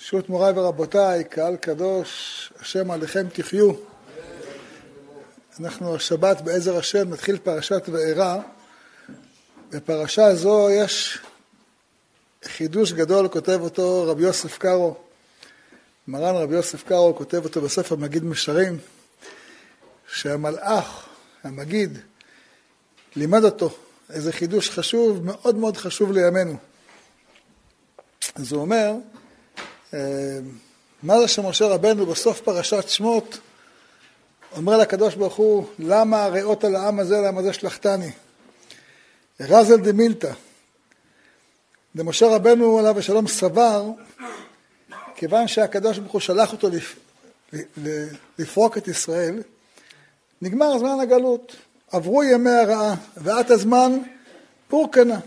ברשות מוריי ורבותיי, קהל קדוש, השם עליכם תחיו. אנחנו השבת בעזר השם נתחיל פרשת וארא. בפרשה זו יש חידוש גדול, כותב אותו רבי יוסף קארו. מרן רבי יוסף קארו כותב אותו בספר מגיד משרים, שהמלאך, המגיד, לימד אותו איזה חידוש חשוב, מאוד מאוד חשוב לימינו. אז הוא אומר, מה זה שמשה רבנו בסוף פרשת שמות אומר לקדוש ברוך הוא, למה הרעות על העם הזה, למה זה שלחתני? רזל דמילתא. למשה רבנו עליו השלום סבר, כיוון שהקדוש ברוך הוא שלח אותו לפרוק את ישראל, נגמר זמן הגלות, עברו ימי הרעה, ועת הזמן פורקנה.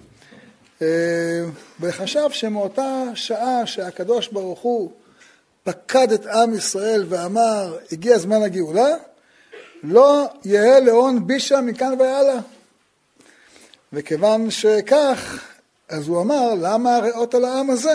וחשב שמאותה שעה שהקדוש ברוך הוא פקד את עם ישראל ואמר, הגיע זמן הגאולה, לא יהיה להון בישה מכאן והלאה. וכיוון שכך, אז הוא אמר, למה הרעות על העם הזה?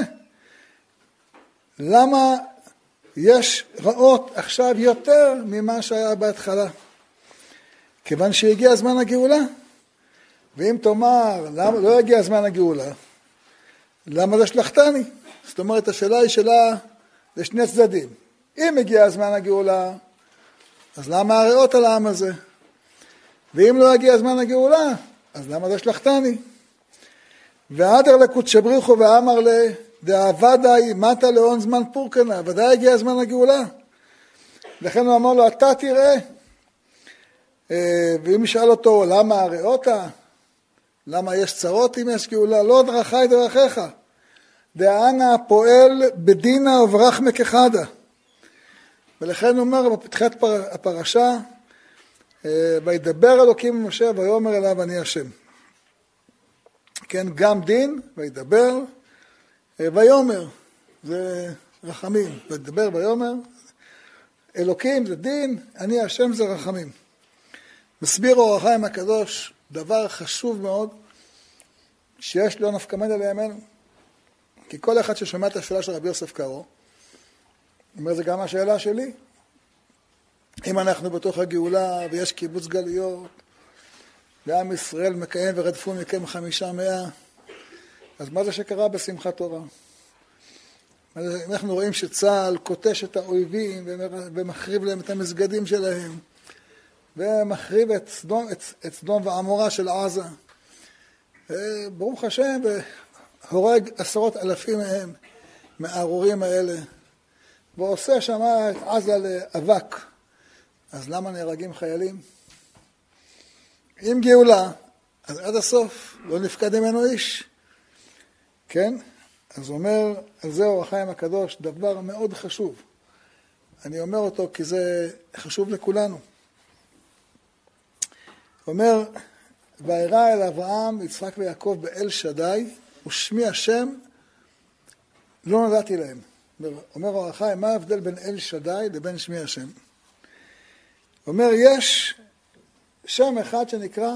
למה יש רעות עכשיו יותר ממה שהיה בהתחלה? כיוון שהגיע זמן הגאולה. ואם תאמר, למה לא יגיע זמן הגאולה? למה זה שלחתני? זאת אומרת, השאלה היא שאלה לשני צדדים. אם הגיע זמן הגאולה, אז למה הרעות על העם הזה? ואם לא יגיע זמן הגאולה, אז למה זה שלחתני? ועדר לקודש בריחו ואמר דאבדי מתה להון זמן פורקנה, ודאי הגיע זמן הגאולה. לכן הוא אמר לו, אתה תראה. ואם ישאל אותו, למה הרעות? למה יש צרות אם יש גאולה? לא דרכי דרכיך. דאנה פועל בדינה וברחמה כחדה. ולכן הוא אומר בפתחת הפרשה, וידבר אלוקים עם משה ויאמר אליו אני השם. כן, גם דין וידבר ויאמר. זה רחמים. וידבר ויאמר. אלוקים זה דין, אני השם זה רחמים. מסביר אור החיים הקדוש, דבר חשוב מאוד, שיש לו נפקא מינה לימינו. כי כל אחד ששומע את השאלה של רבי יוסף קארו, אומר זה גם השאלה שלי. אם אנחנו בתוך הגאולה ויש קיבוץ גלויות, ועם ישראל מקיים ורדפו מכם 500, אז מה זה שקרה בשמחת תורה? אנחנו רואים שצה"ל קוטש את האויבים ומחריב להם את המסגדים שלהם, ומחריב את סדום ועמורה של עזה. ברוך השם, והורג 10,000 מהם, מהארורים האלה, ועושה שם את עזה לאבק. אז למה נהרגים חיילים? אם גאולה, אז עד הסוף לא נפקד ממנו איש. כן? אז הוא אומר, על זה אור החיים הקדוש, דבר מאוד חשוב. אני אומר אותו כי זה חשוב לכולנו. הוא אומר, וארא אל אברהם, יצחק ויעקב באל שדי, ושמי השם לא נדעתי להם. אומר אור החיים, מה ההבדל בין אל שדי לבין שמי השם? הוא אומר, יש שם אחד שנקרא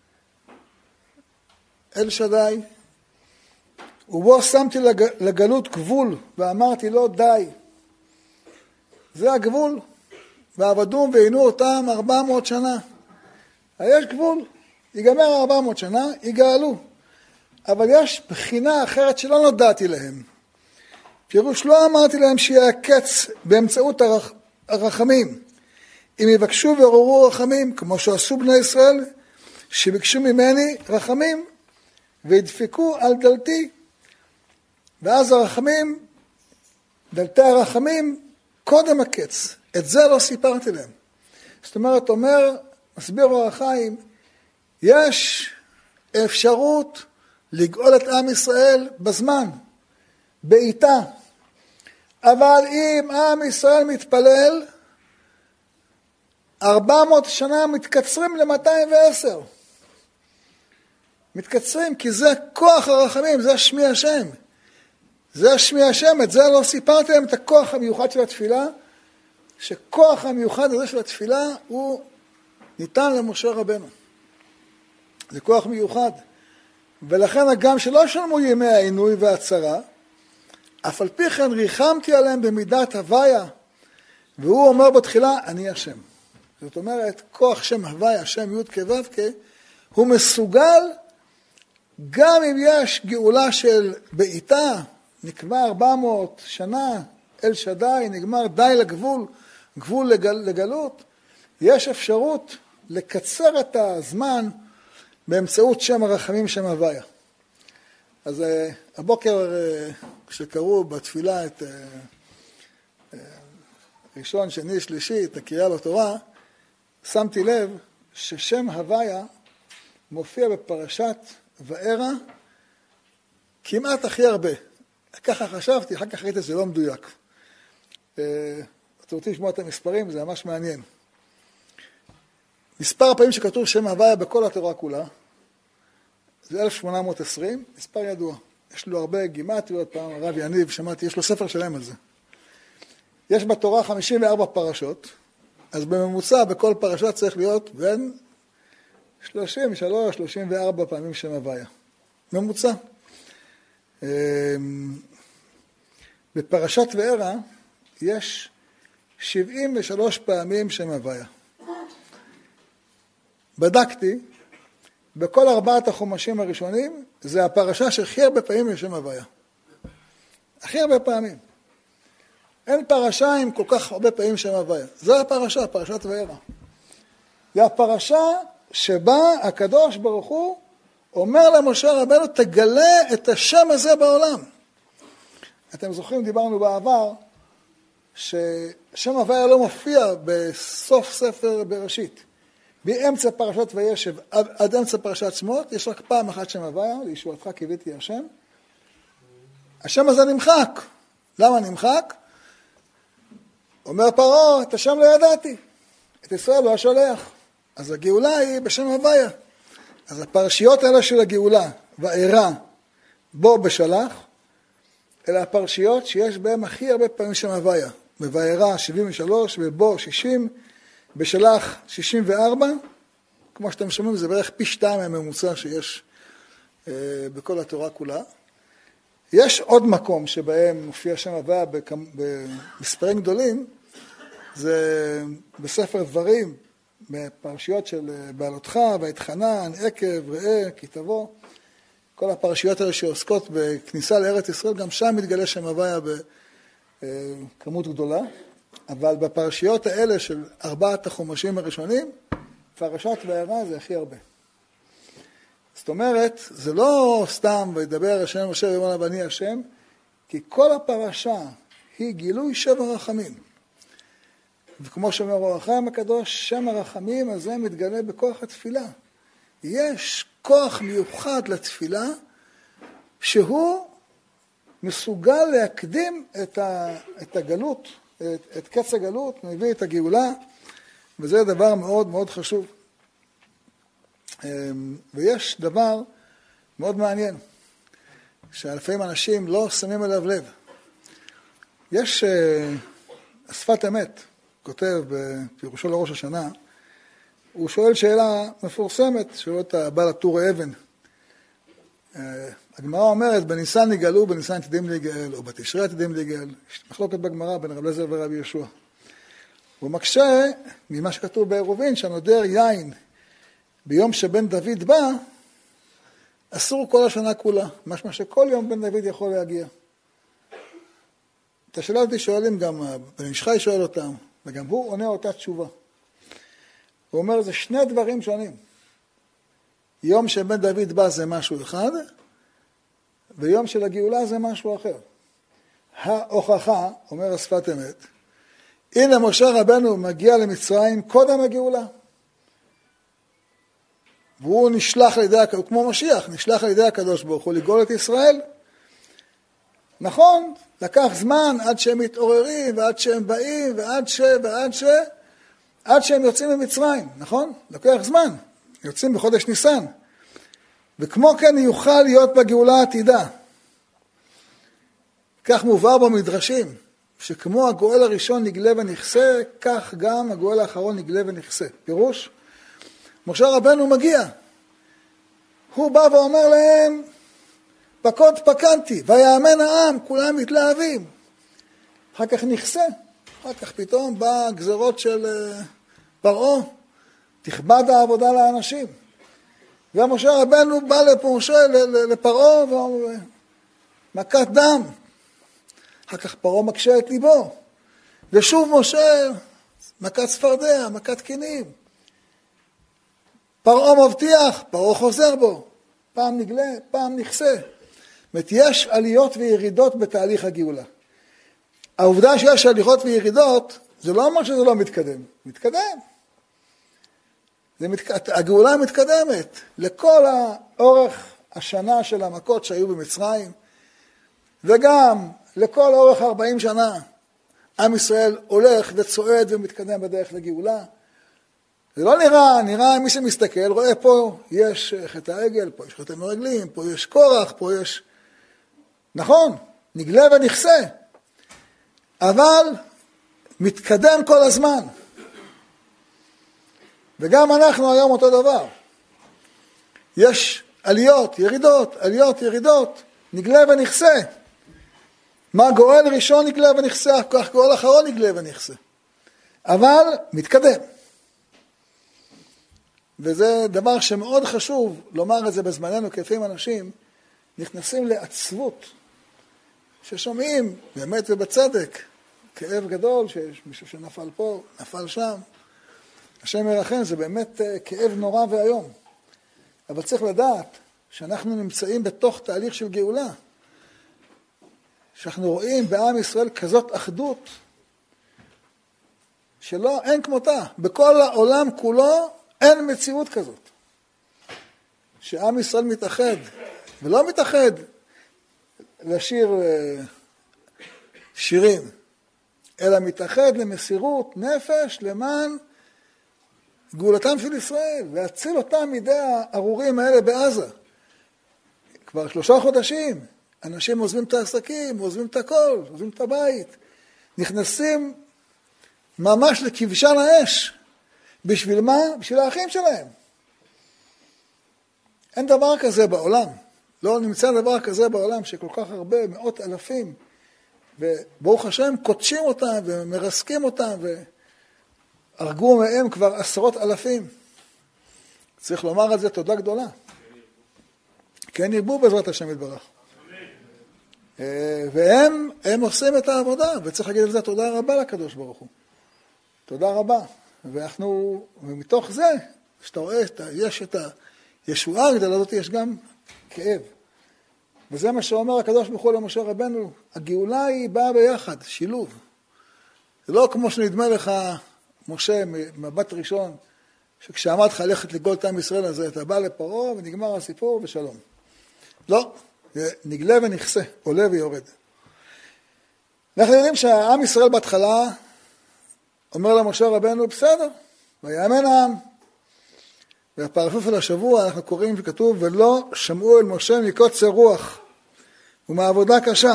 אל שדי, ובו שמתי לגלות גבול, ואמרתי לו די. זה הגבול, ועבדום ועינו אותם 400 שנה. יש גבול, ייגמר 400 שנה, יגאלו. אבל יש בחינה אחרת שלא נודעתי להם. פירוש לא אמרתי להם שיהיה הקץ באמצעות הרחמים. אם יבקשו ועוררו רחמים, כמו שעשו בני ישראל, שביקשו ממני רחמים, וידפקו על דלתי. ואז הרחמים, דלתי הרחמים, קודם הקץ. את זה לא סיפרתי להם. זאת אומרת, מסביר אור החיים, יש אפשרות לגאול את עם ישראל בזמן, בעיתה. אבל אם עם ישראל מתפלל, 400 שנה מתקצרים ל-210. מתקצרים כי זה כוח הרחמים, זה שמי השם. זה שמי השם, את זה לא סיפרתי להם, את הכוח המיוחד של התפילה, שכוח המיוחד הזה של התפילה הוא ניתן למשה רבנו. זה כוח מיוחד. ולכן גם שלא שלמו ימי העינוי והצרה, אף על פי כן ריחמתי עליהם במידת הוויה, והוא אומר בתחילה, אני השם. זאת אומרת, כוח שם הוויה, שם י' כו' כ', הוא מסוגל, גם אם יש גאולה של בעיטה, נקבע 400 שנה, אל שדי, נגמר די לגבול, גבול לגלות, יש אפשרות לקצר את הזמן באמצעות שם הרחמים, שם הוויה. אז הבוקר כשקראו בתפילה את ראשון, שני, שלישי, את הקריאה לתורה, שמתי לב ששם הוויה מופיע בפרשת וארא כמעט הכי הרבה. ככה חשבתי, אחר כך ראיתי שזה לא מדויק. אתם רוצים לשמוע את המספרים, זה ממש מעניין. מספר הפעמים שכתוב שם הוויה בכל התורה כולה, זה 1820, מספר ידוע. יש לו הרבה גימטריות, פעם הרב יניב, שמעתי, יש לו ספר שלם על זה. יש בתורה 54 פרשות, אז בממוצע בכל פרשה צריך להיות בין 33-34 פעמים שם הוויה. ממוצע. בפרשת וארא יש 73 פעמים שם הוויה. בדקתי, בכל 4 החומשים הראשונים, זה הפרשה שהכי הרבה פעמים לשם הוויה. הכי הרבה פעמים. אין פרשה עם כל כך הרבה פעמים שם הוויה. זו הפרשה, פרשת וארא. זה הפרשה שבה הקדוש ברוך הוא אומר למשה רבנו, תגלה את השם הזה בעולם. אתם זוכרים, דיברנו בעבר, ששם הוויה לא מופיע בסוף ספר בראשית. באמצע פרשת וישב עד אמצע פרשת שמות, יש רק פעם אחת שם הוויה, לישועתך קיוויתי השם. השם הזה נמחק. למה נמחק? אומר פרעה, את השם לא ידעתי, את ישראל לא השולח. אז הגאולה היא בשם הוויה. אז הפרשיות האלה של הגאולה, וארא, בו בשלח, אלה הפרשיות שיש בהן הכי הרבה פעמים שם הוויה. בוארא 73, ובו 60, בשלח 64, כמו שאתם שומעים, זה בערך פי 2 מהממוצע שיש בכל התורה כולה. יש עוד מקום שבהם מופיע שם הוויה במספרים גדולים, זה בספר דברים, בפרשיות של בעלותך, ואתחנן, עקב, ראה, כי תבוא. כל הפרשיות האלה שעוסקות בכניסה לארץ ישראל, גם שם מתגלה שם הוויה בכמות גדולה. אבל בפרשיות האלה של 4 החומשים הראשונים, פרשת וארא זה הכי הרבה. זאת אומרת, זה לא סתם וידבר השם משה ואמר לה ואני השם, כי כל הפרשה היא גילוי שם הרחמים. וכמו שאומר אור החיים הקדוש, שם הרחמים הזה מתגלה בכוח התפילה. יש כוח מיוחד לתפילה, שהוא מסוגל להקדים את הגלות, את קץ הגלות, מביא את הגאולה, וזה דבר מאוד מאוד חשוב. ויש דבר מאוד מעניין, שלפעמים אנשים לא שמים אליו לב. יש שפת אמת, כותב בפירושו לראש השנה, הוא שואל שאלה מפורסמת, שואל אותה בעל הטור אבן. הגמרא אומרת, בניסן נגאלו, בניסן עתידים להיגאל, או בתשרי עתידים להיגאל. יש מחלוקת בגמרא בין רב אליעזר ורבי יהושע. הוא מקשה ממה שכתוב בעירובין, שהנודר יין ביום שבן דוד בא, אסור כל השנה כולה. משמע שכל יום בן דוד יכול להגיע. את השאלה אותי שואלים גם, בן איש חי שואל אותם, וגם הוא עונה אותה תשובה. הוא אומר, זה שני דברים שונים. יום שבן דוד בא זה משהו אחד, ויום של הגאולה זה משהו אחר. ההוכחה, אומר השפת אמת, הנה משה רבנו מגיע למצרים קודם הגאולה. והוא נשלח על ידי, הוא כמו משיח, נשלח על ידי הקדוש ברוך הוא לגאול את ישראל. נכון, לקח זמן עד שהם מתעוררים, ועד שהם באים, עד שהם יוצאים ממצרים, נכון? לקח זמן, יוצאים בחודש ניסן. וכמו כן יוכל להיות בגאולה העתידה. כך מובהר במדרשים, שכמו הגואל הראשון נגלה ונכסה, כך גם הגואל האחרון נגלה ונכסה. פירוש, משה רבנו מגיע. הוא בא ואומר להם, פקוד פקנתי, ויאמן העם, כולם מתלהבים. אחר כך נכסה, אחר כך פתאום בא הגזרות של פרעה, תכבד העבודה לאנשים. ומשה רבנו בא לפרעה ומכת דם. אחר כך פרעה מקשה את ליבו. ושוב משה, מכת צפרדע, מכת קינים. פרעה מבטיח, פרעה חוזר בו. פעם נגלה, פעם נכסה. זאת אומרת, יש עליות וירידות בתהליך הגאולה. העובדה שיש עליות וירידות, זה לא אומר שזה לא מתקדם. מתקדם. הגאולה מתקדמת. לכל האורך השנה של המכות שהיו במצרים, וגם לכל אורך 40 שנה, עם ישראל הולך וצועד ומתקדם בדרך לגאולה. זה לא נראה מי שמסתכל, רואה פה יש חטא העגל, פה יש חטא מרגלים, פה יש קורח, פה יש... נכון, נגלה ונכסה, אבל מתקדם כל הזמן. וגם אנחנו היום אותו דבר. יש עליות, ירידות, עליות, ירידות, נגלה ונכסה. מה גואל ראשון נגלה ונכסה, כך גואל אחרון נגלה ונכסה. אבל מתקדם. וזה דבר שמאוד חשוב לומר את זה בזמננו, כי לפעמים אנשים נכנסים לעצבות, ששומעים באמת ובצדק, כאב גדול, שיש מישהו שנפל פה, נפל שם. השם ירחם, זה באמת כאב נורא והיום. אבל צריך לדעת שאנחנו נמצאים בתוך תהליך של גאולה. שאנחנו רואים בעם ישראל כזאת אחדות, שלא, אין כמותה. בכל העולם כולו אין מציאות כזאת. שעם ישראל מתאחד, ולא מתאחד לשיר שירים, אלא מתאחד למסירות נפש למען גאולתם של ישראל, להציל אותם מידי הארורים האלה בעזה. כבר 3 חודשים, אנשים עוזבים את העסקים, עוזבים את הכל, עוזבים את הבית, נכנסים ממש לכבשן האש. בשביל מה? בשביל האחים שלהם. אין דבר כזה בעולם. לא נמצא דבר כזה בעולם שכל כך הרבה, מאות אלפים, וברוך השם קודשים אותם ומרסקים אותם והרגו מהם כבר 10 אלפים. צריך לומר על זה תודה גדולה. כן ירבו בעזרת השם יתברך. והם עושים את העבודה, וצריך להגיד על זה תודה רבה לקדוש ברוך הוא. תודה רבה. ומתוך זה, שאתה רואה, יש את הישועה הגדולה הזאת, יש גם כאב. וזה מה שאומר הקדוש ברוך הוא למשה רבנו, הגאולה היא באה ביחד, שילוב. זה לא כמו שנדמה לך, משה, מבט ראשון, שכשעמד לך ללכת לגאול את עם ישראל הזה, אתה בא לפרעה ונגמר הסיפור ושלום. לא, זה נגלה ונכסה, עולה ויורד. אנחנו יודעים שהעם ישראל בהתחלה, אומר למשה רבנו, בסדר, ויאמן העם. והפרפוף על השבוע אנחנו קוראים וכתוב, ולא שמעו אל משה מקוצר רוח ומעבודה קשה.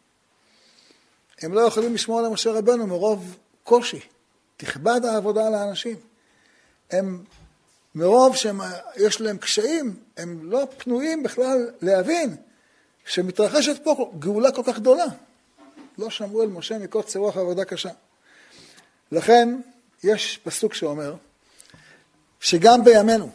הם לא יכולים לשמוע למשה רבנו מרוב קושי, תכבד העבודה לאנשים. הם מרוב שיש להם קשיים, הם לא פנויים בכלל להבין שמתרחשת פה גאולה כל כך גדולה. לא שמעו אל משה מקוצר רוח ועבודה קשה. לכן יש פסוק שאומר שגם בימינו,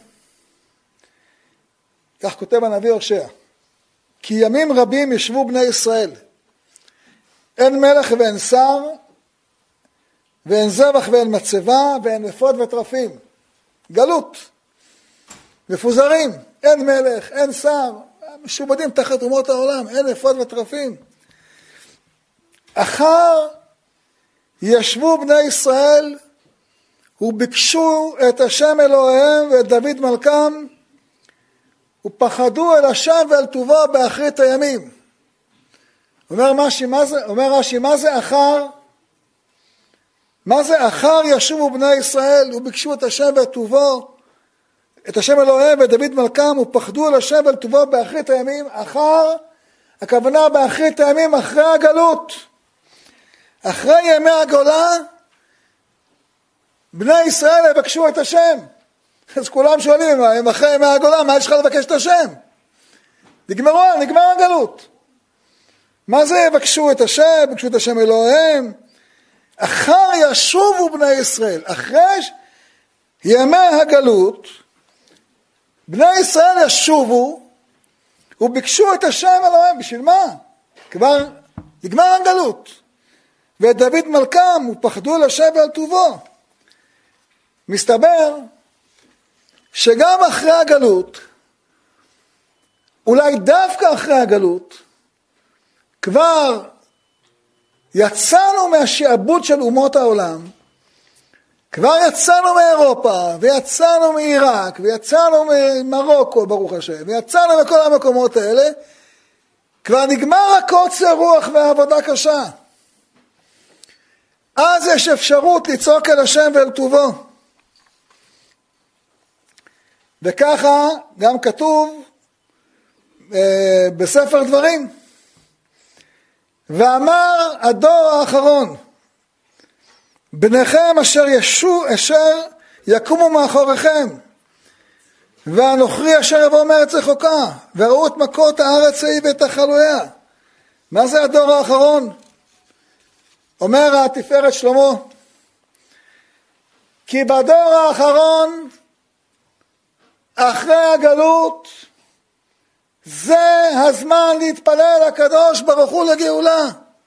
כך כותב הנביא הושע, כי ימים רבים ישבו בני ישראל, אין מלך ואין שר, ואין זבח ואין מצבה, ואין אפוד וטרפים. גלות, מפוזרים, אין מלך, אין שר, משובדים תחת אומות העולם, אין אפוד וטרפים. אחר ישבו בני ישראל וביקשו את השם אלוהיהם ואת דוד מלכם ופחדו אל השם ואל טובו באחרית הימים. אומר רש"י, מה זה אחר? מה זה אחר ישובו בני ישראל וביקשו את השם ואת טובו, את השם אלוהיהם ואת דוד מלכם ופחדו אל השם ואל טובו באחרית הימים? אחר, הכוונה באחרית הימים אחרי הגלות. אחרי ימי הגולה, בני ישראל יבקשו את השם. אז כולם שואלים, הם אחרי ימי הגולה, מה יש לך לבקש את השם? נגמר הגלות. מה זה יבקשו את השם? יבקשו את השם אלוהיהם. אחר ישובו בני ישראל. אחרי ימי הגלות, בני ישראל ישובו וביקשו את השם אלוהיהם. בשביל מה? כבר נגמר הגלות. ואת דוד מלכם ופחדו אל השם ועל טובו. מסתבר שגם אחרי הגלות, אולי דווקא אחרי הגלות, כבר יצאנו מהשעבוד של אומות העולם, כבר יצאנו מאירופה, ויצאנו מעיראק, ויצאנו ממרוקו, ברוך השם, ויצאנו מכל המקומות האלה, כבר נגמר הקוצר רוח והעבודה קשה. אז יש אפשרות לצעוק אל השם ואל טובו. וככה גם כתוב בספר דברים. ואמר הדור האחרון, בניכם אשר יקומו מאחוריכם, והנוכרי אשר יבוא מארץ רחוקה, וראו את מכות הארץ ההיא ואת תחלואיה. מה זה הדור האחרון? אומר התפארת שלמה, כי בדור האחרון, אחרי הגלות, זה הזמן להתפלל לקדוש ברוך הוא לגאולה.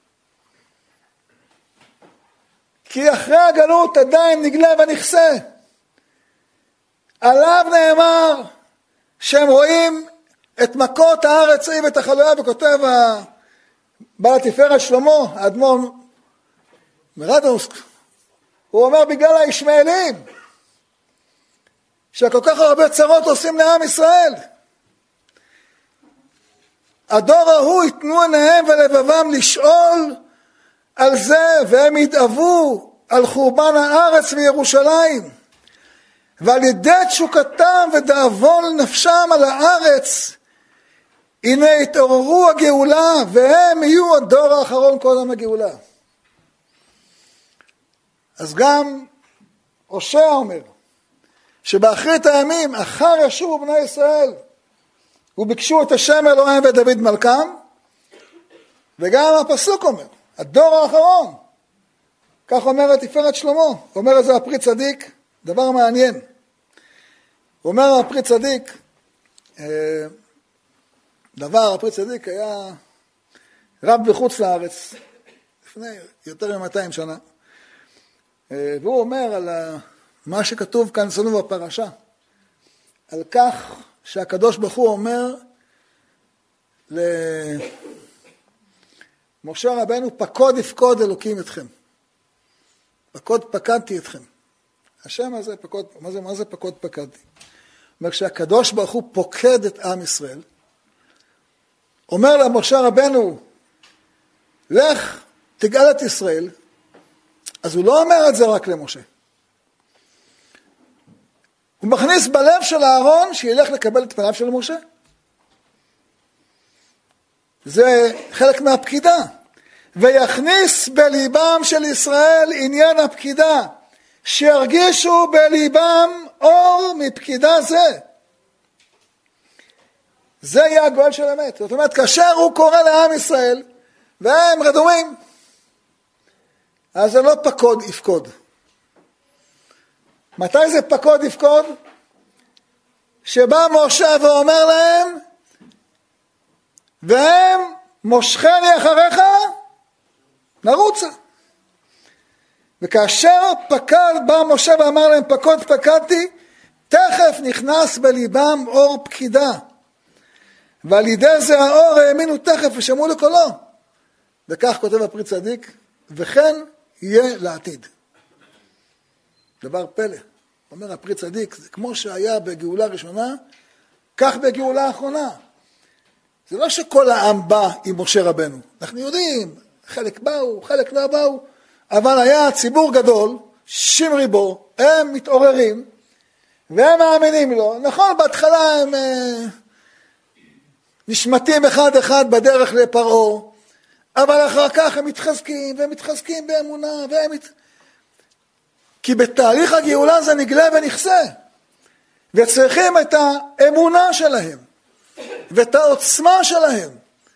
כי אחרי הגלות עדיין נגלה ונכסה. עליו נאמר שהם רואים את מכות הארץ ההיא ותחלואיה, וכותב בעל התפארת שלמה, האדמו"ר מרדוסק, הוא אומר בגלל הישמעאלים, שכל כך הרבה צרות עושים לעם ישראל. הדור ההוא יתנו עיניהם ולבבם לשאול על זה, והם ידאבו על חורבן הארץ וירושלים, ועל ידי תשוקתם ודאבון נפשם על הארץ, הנה יתעוררו הגאולה, והם יהיו הדור האחרון קודם הגאולה. אז גם הושע אומר, שבאחרית הימים, אחר ישובו בני ישראל, וביקשו את השם אלוהיהם ואת דוד מלכם, וגם הפסוק אומר, הדור האחרון, כך אומר התפארת שלמה, אומר את זה הפרי צדיק, דבר מעניין. אומר הפרי צדיק, הפרי צדיק היה רב בחוץ לארץ, לפני יותר מ-200 שנה, והוא אומר על מה שכתוב כאן אצלנו בפרשה, על כך שהקדוש ברוך הוא אומר למשה רבנו, פקוד יפקוד אלוקים אתכם. פקוד פקדתי אתכם. השם הזה פקוד, מה זה פקוד פקדתי? אומר שהקדוש ברוך הוא פוקד את עם ישראל, אומר למשה רבנו, לך תגאל את ישראל, אז הוא לא אומר את זה רק למשה. הוא מכניס בלב של אהרון שילך לקבל את פניו של משה. זה חלק מהפקידה. ויכניס בליבם של ישראל עניין הפקידה, שירגישו בליבם אור מפקידה זה. זה יהיה הגואל של אמת. זאת אומרת, כאשר הוא קורא לעם ישראל, והם רדומים, אז זה לא פקוד יפקוד. מתי זה פקוד יפקוד? שבא משה ואומר להם, והם מושכני אחריך, נרוצה. וכאשר בא משה ואמר להם, פקוד פקדתי, תכף נכנס בליבם אור פקידה. ועל ידי זה האור האמינו תכף ושמעו לקולו. וכך כותב הפרי צדיק, וכן יהיה לעתיד. דבר פלא. אומר הפרי צדיק, זה כמו שהיה בגאולה ראשונה, כך בגאולה האחרונה. זה לא שכל העם בא עם משה רבנו. אנחנו יודעים, חלק באו, חלק לא באו, אבל היה ציבור גדול, שמרי בו, הם מתעוררים, והם מאמינים לו. נכון, בהתחלה הם נשמטים אחד אחד בדרך לפרעה, אבל אחר כך הם מתחזקים, והם מתחזקים באמונה, כי בתהליך הגאולה זה נגלה ונכסה, וצריכים את האמונה שלהם. ואת העוצמה שלהם.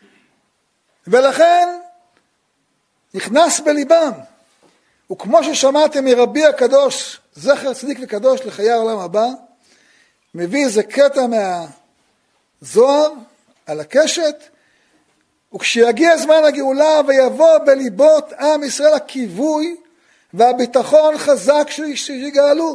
ולכן נכנס בליבם. וכמו ששמעתם מרבי הקדוש, זכר צדיק וקדוש לחיי העולם הבא, מביא איזה קטע מהזוהר על הקשת, וכשיגיע זמן הגאולה ויבוא בליבות עם ישראל הכיווי והביטחון חזק שיגאלו.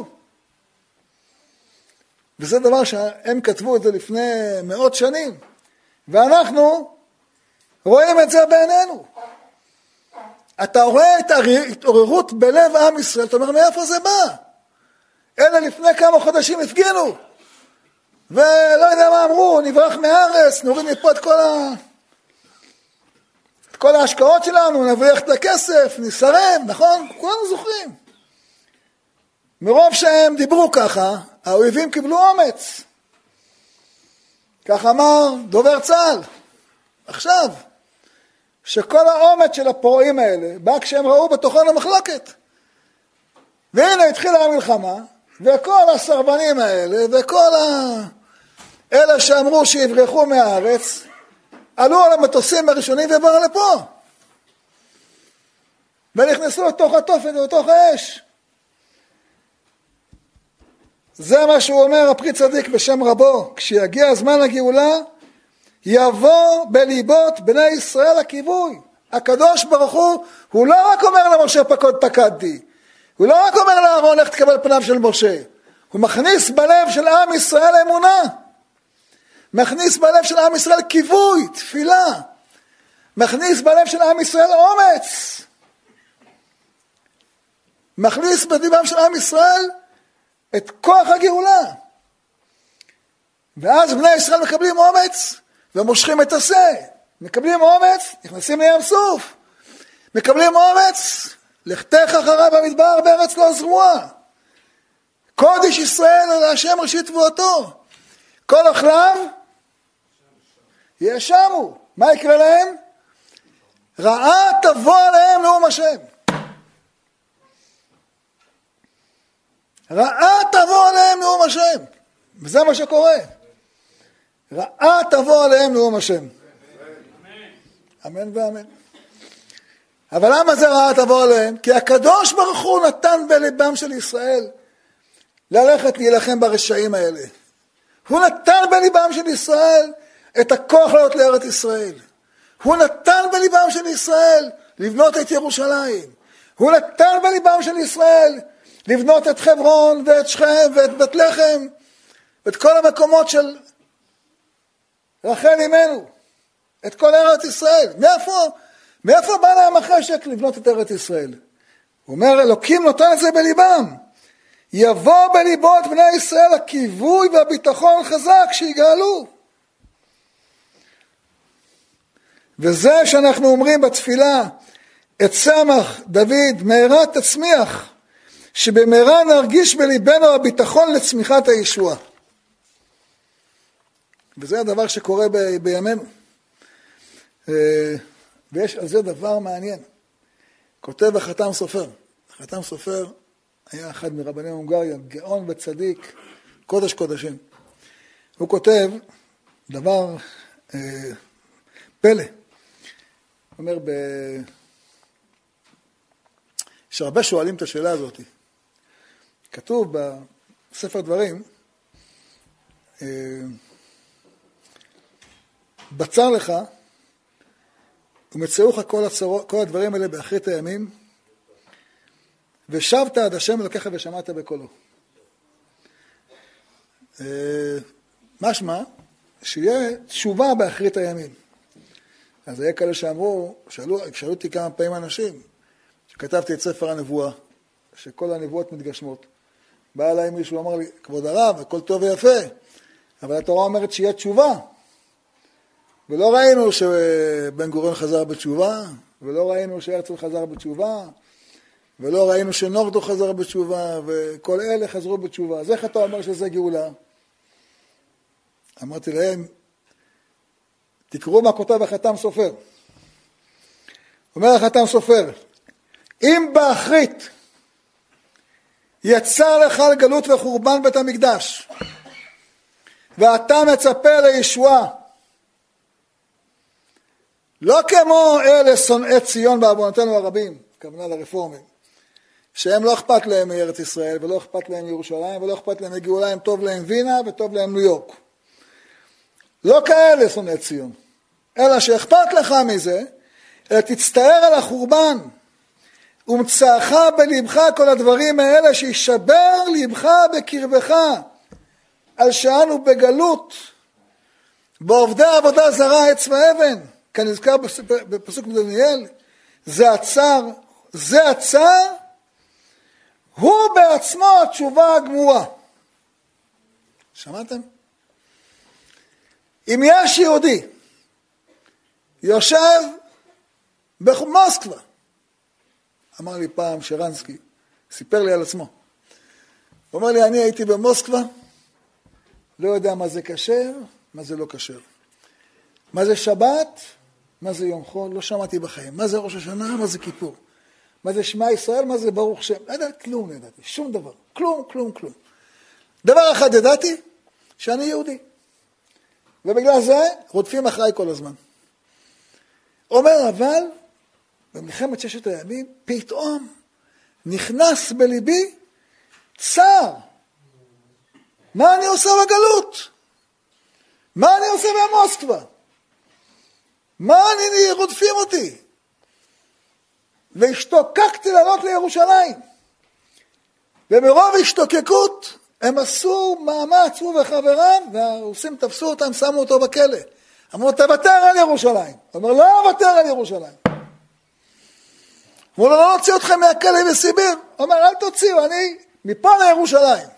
וזה דבר שהם כתבו את זה לפני מאות שנים, ואנחנו רואים את זה בעינינו. אתה רואה את ההתעוררות בלב עם ישראל, אתה אומר, מאיפה זה בא? אלה לפני כמה חודשים הפגינו, ולא יודע מה אמרו, נברח מהארץ, נוריד מפה את כל ההשקעות שלנו, נבריח את הכסף, נסרב, נכון? כולנו זוכרים. מרוב שהם דיברו ככה, האויבים קיבלו אומץ. כך אמר דובר צה"ל. עכשיו, שכל האומץ של הפורעים האלה בא כשהם ראו בתוכנו מחלוקת. והנה התחילה המלחמה, וכל הסרבנים האלה, וכל אלה שאמרו שיברחו מהארץ, עלו על המטוסים הראשונים ובאו לפה. ונכנסו לתוך התופת ולתוך האש. זה מה שהוא אומר הפרי צדיק בשם רבו. כשיגיע הזמן הגאולה, יבוא בליבות בני ישראל הכיווי. הקדוש ברוך הוא לא רק אומר למשה פקדתי. הוא לא רק אומר לאהרון איך תקבל פניו של משה. הוא מכניס בלב של עם ישראל אמונה. מכניס בלב של עם ישראל כיווי, תפילה. מכניס בלב של עם ישראל אומץ. מכניס בליבם של עם ישראל את כוח הגאולה. ואז בני ישראל מקבלים אומץ ומושכים את השה. מקבלים אומץ, נכנסים לים סוף. מקבלים אומץ, לכתך אחריו במדבר בארץ לא זרועה. קודש ישראל על השם ראשית תבואתו. כל אוכליו יאשמו. מה יקרה להם? רעה תבוא עליהם נאום השם. רעה תבוא עליהם נאום השם. וזה מה שקורה. רעה תבוא עליהם נאום השם. אמן ואמן. אבל למה זה רעה תבוא עליהם? כי הקדוש ברוך הוא נתן בלבם של ישראל ללכת להילחם ברשעים האלה. הוא נתן בליבם של ישראל את הכוח לעלות לארץ ישראל. הוא נתן בליבם של ישראל לבנות את ירושלים. הוא נתן בליבם של ישראל לבנות את חברון ואת שכם ואת בית לחם ואת כל המקומות של רחל אמנו. את כל ארץ ישראל. מאיפה בא להם החשק לבנות את ארץ ישראל? הוא אומר, אלוקים נותן את זה בליבם. יבוא בליבות בני ישראל הכיווי והביטחון חזק שיגאלו. וזה שאנחנו אומרים בתפילה, את צמח דוד מהרה תצמיח, שבמהרה נרגיש בליבנו הביטחון לצמיחת הישועה. וזה הדבר שקורה בימינו. ויש על זה דבר מעניין. כותב החתם סופר. החתם סופר היה אחד מרבני הונגריה, גאון וצדיק, קודש קודשים. הוא כותב דבר פלא. הוא אומר, שהרבה שואלים את השאלה הזאת. כתוב בספר דברים, בצר לך, ומצאו לך כל הדברים האלה באחרית הימים, ושבת עד השם אלוקיך ושמעת בקולו. משמע, שיהיה תשובה באחרית הימים. אז היה כאלה שאמרו, שאלו אותי כמה פעמים אנשים, שכתבתי את ספר הנבואה, שכל הנבואות מתגשמות. בא אליי מישהו, אמר לי, כבוד הרב, הכל טוב ויפה, אבל התורה אומרת שיהיה תשובה. ולא ראינו שבן גוריון חזר בתשובה, ולא ראינו שהרצל חזר בתשובה, ולא ראינו שנורדו חזר בתשובה, וכל אלה חזרו בתשובה. אז איך אתה אומר שזה גאולה? אמרתי להם, תקראו מה כותב החתם סופר. אומר החתם סופר, אם באחרית יצא לך לגלות וחורבן בית המקדש, ואתה מצפה לישועה, לא כמו אלה שונאי ציון בעוונותינו הרבים, הכוונה לרפורמים, שהם לא אכפת להם מארץ ישראל, ולא אכפת להם מירושלים, ולא אכפת להם מגאולה, טוב להם וינה וטוב להם ניו יורק. לא כאלה שונאי ציון, אלא שאכפת לך מזה, אלא תצטער על החורבן, ומצאך בלבך כל הדברים האלה, שישבר לבך בקרבך, על שאנו בגלות, בעובדי עבודה זרה עץ ואבן, כנזכר בפסוק בדניאל, זה הצער, הוא בעצמו התשובה הגמורה. שמעתם? אם יש יהודי יושב במוסקבה, אמר לי פעם שרנסקי, סיפר לי על עצמו, הוא אומר לי, אני הייתי במוסקבה, לא יודע מה זה כשר, מה זה לא כשר. מה זה שבת, מה זה יום חול, לא שמעתי בחיים. מה זה ראש השנה, מה זה כיפור. מה זה שמע ישראל, מה זה ברוך שם. לא ידעתי כלום, לא ידעתי, שום דבר. כלום. דבר אחד ידעתי, שאני יהודי. ובגלל זה רודפים אחריי כל הזמן. אומר, אבל במלחמת ששת הימים, פתאום נכנס בליבי צער. מה אני עושה בגלות? מה אני עושה במוסקבה? מה אני רודפים אותי? והשתוקקתי לעלות לירושלים. ומרוב השתוקקות הם עשו מאמץ, הוא וחבריו, והרוסים תפסו אותם, שמו אותו בכלא. אמרו, תוותר על ירושלים. הוא אומר, לא אוותר על ירושלים. אמרו לו, לא נוציא אתכם מהכלא בסיביר. הוא אומר, אל תוציאו, אני מפה לירושלים.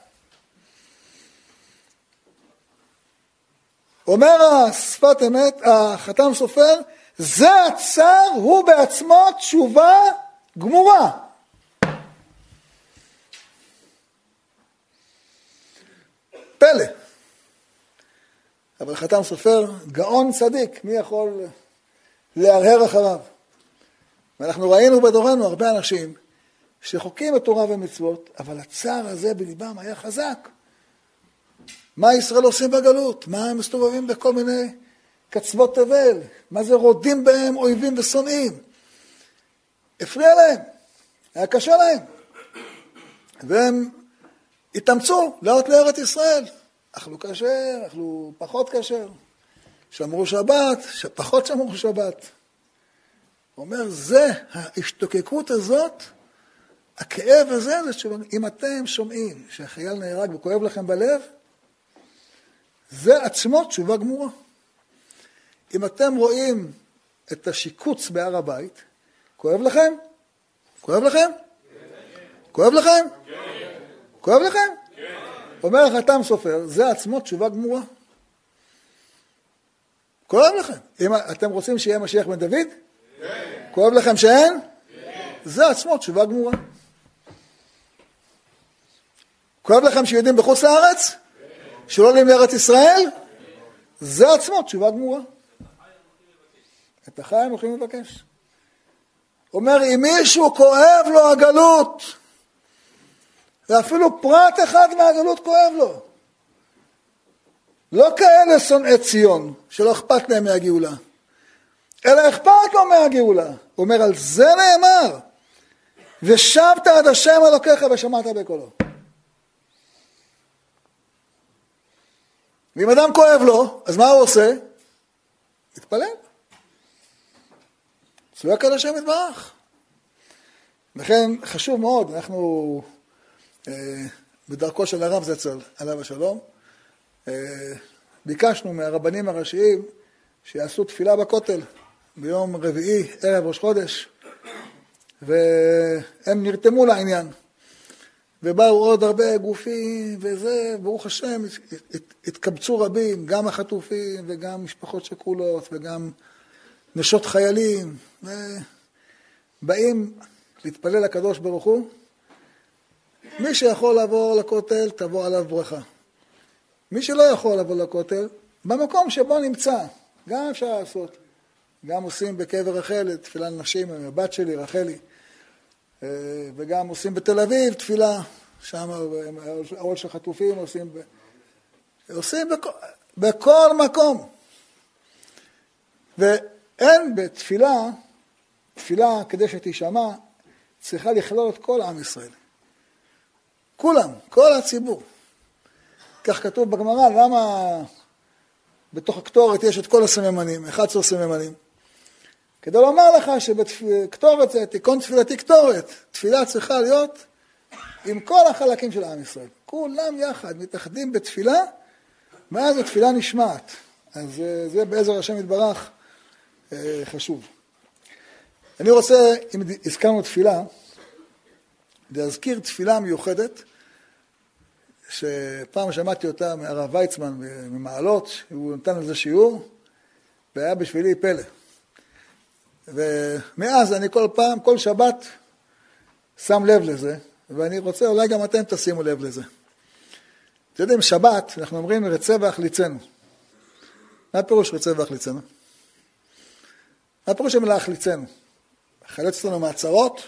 אומר השפת אמת, החתם סופר, זה הצער, הוא בעצמו תשובה גמורה. פלא. אבל חתם סופר, גאון צדיק, מי יכול להרהר אחריו? ואנחנו ראינו בדורנו הרבה אנשים שחוקים את תורה ומצוות, אבל הצער הזה בליבם היה חזק. מה ישראל עושים בגלות? מה הם מסתובבים בכל מיני קצוות תבל? מה זה רודים בהם אויבים ושונאים? הפריע להם, היה קשה להם. והם התאמצו לעלות לארץ ישראל. אכלו כשר, אכלו פחות כשר. שמרו שבת, פחות שמרו שבת. הוא אומר, זה, ההשתוקקות הזאת, הכאב הזה, אם אתם שומעים שהחייל נהרג וכואב לכם בלב, זה עצמו תשובה גמורה. אם אתם רואים את השיקוץ בהר הבית, כואב לכם? כואב לכם? כואב לכם? כואב לכם? אומר החתם סופר, זה עצמו תשובה גמורה. כואב לכם. אם אתם רוצים שיהיה משיח בן דוד? כואב לכם שאין? זה עצמו תשובה גמורה. כואב לכם שיהודים בחוץ לארץ? שלא עולים לארץ ישראל? זה עצמו תשובה גמורה. את החיים הולכים לבקש. אומר, אם מישהו כואב לו הגלות, ואפילו פרט אחד מהגלות כואב לו, לא כאלה שונאי ציון, שלא אכפת להם מהגאולה, אלא אכפת לו מהגאולה. הוא אומר, על זה נאמר, ושבת עד השם אלוקיך ושמעת בקולו. ואם אדם כואב לו, אז מה הוא עושה? מתפלל. צועק על השם יתברך. לכן חשוב מאוד, אנחנו בדרכו של הרב זצ"ל, עליו השלום, ביקשנו מהרבנים הראשיים שיעשו תפילה בכותל ביום רביעי, ערב ראש חודש, והם נרתמו לעניין. ובאו עוד הרבה גופים וזה, ברוך השם, התקבצו רבים, גם החטופים וגם משפחות שכולות וגם נשות חיילים, ובאים להתפלל לקדוש ברוך הוא. מי שיכול לעבור לכותל, תבוא עליו ברכה. מי שלא יכול לעבור לכותל, במקום שבו נמצא, גם אפשר לעשות. גם עושים בקבר רחל, תפילה לנשים, עם הבת שלי, רחלי. וגם עושים בתל אביב תפילה, שם האוהל של חטופים עושים בכל מקום. אין בתפילה, תפילה כדי שתשמע, צריכה לכלול את כל עם ישראל. כולם, כל הציבור. כך כתוב בגמרא, למה בתוך הקטורת יש את כל הסממנים, 11 סממנים. כדי לומר לך שבקטורת זה תיקון תפילתי קטורת. תפילה צריכה להיות עם כל החלקים של עם ישראל. כולם יחד מתאחדים בתפילה, ואז התפילה נשמעת. אז זה בעזר השם יתברך חשוב. אני רוצה, אם הזכרנו תפילה, להזכיר תפילה מיוחדת, שפעם שמעתי אותה מהרב ויצמן ממעלות, שהוא נתן על זה שיעור, והיה בשבילי פלא. ומאז אני כל פעם, כל שבת, שם לב לזה, ואני רוצה, אולי גם אתם תשימו לב לזה. אתם יודעים, שבת, אנחנו אומרים רצה והחליצנו. מה הפירוש רצה והחליצנו? מה הפירוש המילה החליצנו? חלץ לנו מהצרות?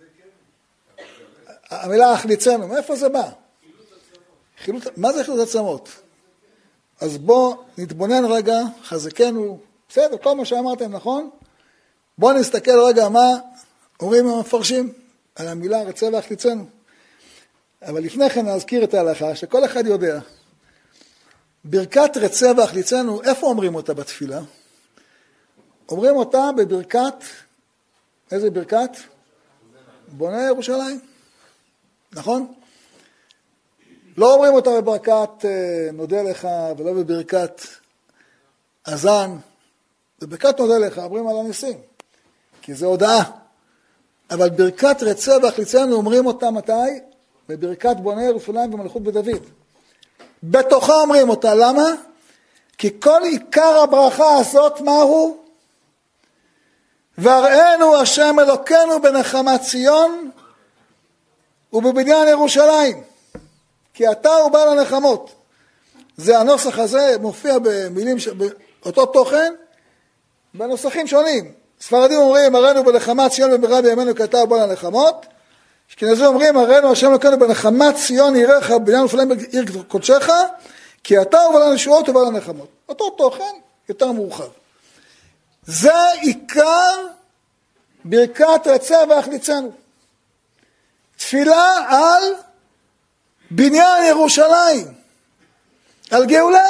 המילה החליצנו, מאיפה זה בא? מה זה חילוץ עצמות? אז בוא נתבונן רגע, חזקנו, בסדר, כל מה שאמרתם נכון? בוא נסתכל רגע מה אומרים המפרשים על המילה רצה והחליצנו. אבל לפני כן נזכיר את ההלכה שכל אחד יודע. ברכת רצה והחליצנו, איפה אומרים אותה בתפילה? אומרים אותה בברכת, איזה ברכת? בונה ירושלים. נכון? לא אומרים אותה בברכת נודה לך ולא בברכת אזן. בברכת נודה לך אומרים על הניסים, כי זה הודעה. אבל ברכת רצה והחליצנו אומרים אותה מתי? בברכת בונה ירושלים ומלכות בדוד. בתוכה אומרים אותה, למה? כי כל עיקר הברכה הזאת מהו? והראינו השם אלוקינו בנחמת ציון ובבניין ירושלים. כי אתה הוא בעל הנחמות. זה הנוסח הזה מופיע במילים, באותו תוכן, בנוסחים שונים. ספרדים אומרים, הראינו בנחמת ציון ובמהרה בימינו כי אתה הוא בעל הנחמות. אשכנזים אומרים, הראינו השם אלוקינו בנחמת ציון עירך בבניין ירושלים בעיר קודשך, כי אתה הוא בעל הנשואות ובעל הנחמות. אותו תוכן יותר מורחב. זה עיקר ברכת רצה והחליצנו. תפילה על בניין ירושלים, על גאולה.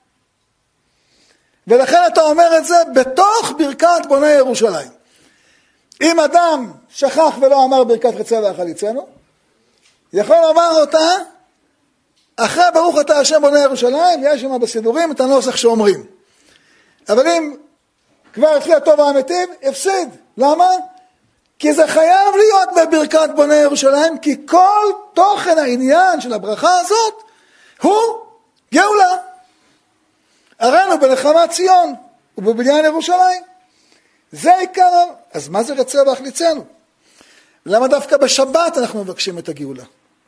ולכן אתה אומר את זה בתוך ברכת בונה ירושלים. אם אדם שכח ולא אמר ברכת רצה והחליצנו, יכול לומר אותה אחרי ברוך אתה השם בונה ירושלים, יש שם בסידורים את הנוסח שאומרים. אבל אם כבר התחיל הטוב האמיתי, הפסיד. למה? כי זה חייב להיות בברכת בונה ירושלים, כי כל תוכן העניין של הברכה הזאת הוא גאולה. הראינו בנחמת ציון ובבניין ירושלים. זה עיקר. אז מה זה רצה והחליצנו? למה דווקא בשבת אנחנו מבקשים את הגאולה?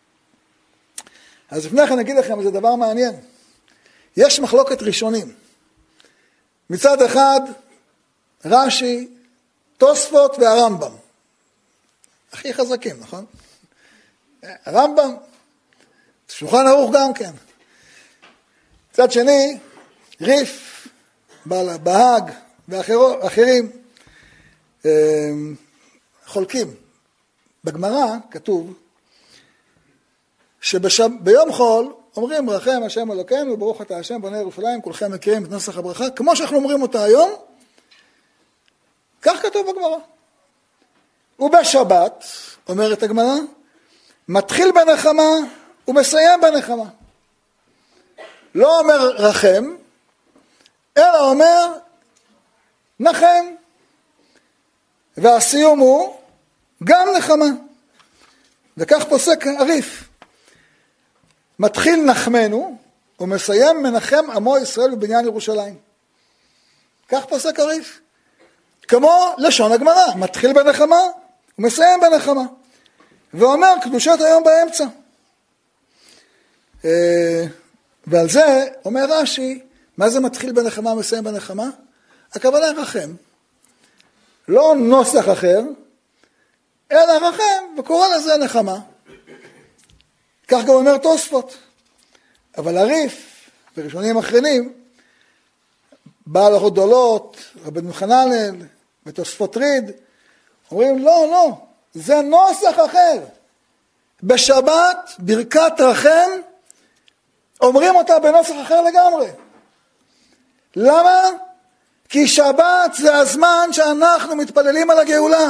אז לפני כן אגיד לכם, זה דבר מעניין. יש מחלוקת ראשונים. מצד אחד, רש"י, תוספות והרמב"ם. הכי חזקים, נכון? הרמב"ם, שולחן ערוך גם כן. מצד שני, ריף, בהאג ואחרים חולקים. בגמרא כתוב שביום חול אומרים רחם השם אלוקינו וברוך אתה השם בונה ירושלים, כולכם מכירים את נוסח הברכה, כמו שאנחנו אומרים אותה היום, כך כתוב בגמרא. ובשבת, אומרת הגמרא, מתחיל בנחמה ומסיים בנחמה. לא אומר רחם, אלא אומר נחם. והסיום הוא גם נחמה. וכך פוסק הריף. מתחיל נחמנו ומסיים מנחם עמו ישראל בבניין ירושלים. כך פוסק הריף. כמו לשון הגמרא, מתחיל בנחמה ומסיים בנחמה. ואומר קדושת היום באמצע. ועל זה אומר רש"י, מה זה מתחיל בנחמה ומסיים בנחמה? הכוונה רחם. לא נוסח אחר, אלא רחם, וקורא לזה נחמה. כך גם אומר תוספות. אבל הריף וראשונים אחרים, בעל הגדולות, רבן חננאל ותוספות ריד, אומרים לא, זה נוסח אחר. בשבת ברכת רחם אומרים אותה בנוסח אחר לגמרי. למה? כי שבת זה הזמן שאנחנו מתפללים על הגאולה.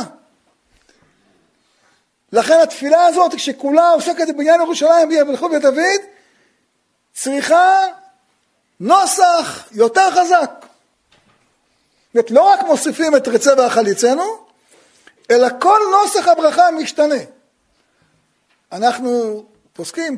לכן התפילה הזאת, כשכולה עוסקת בבניין ירושלים במלכות בית דוד, צריכה נוסח יותר חזק. לא רק מוסיפים את רצה והחליצנו, אלא כל נוסח הברכה משתנה. אנחנו פוסקים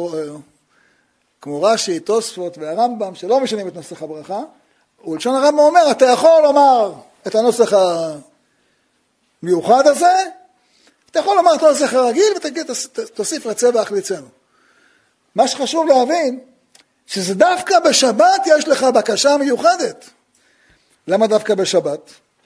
כמו רש"י, תוספות והרמב"ם, שלא משנים את נוסח הברכה, ולשון הרמב"ם אומר, אתה יכול לומר את הנוסח המיוחד הזה, אתה יכול לומר את הנוסח הרגיל, ותוסיף רצה והחליצנו. מה שחשוב להבין, שזה דווקא בשבת יש לך בקשה מיוחדת. למה דווקא בשבת?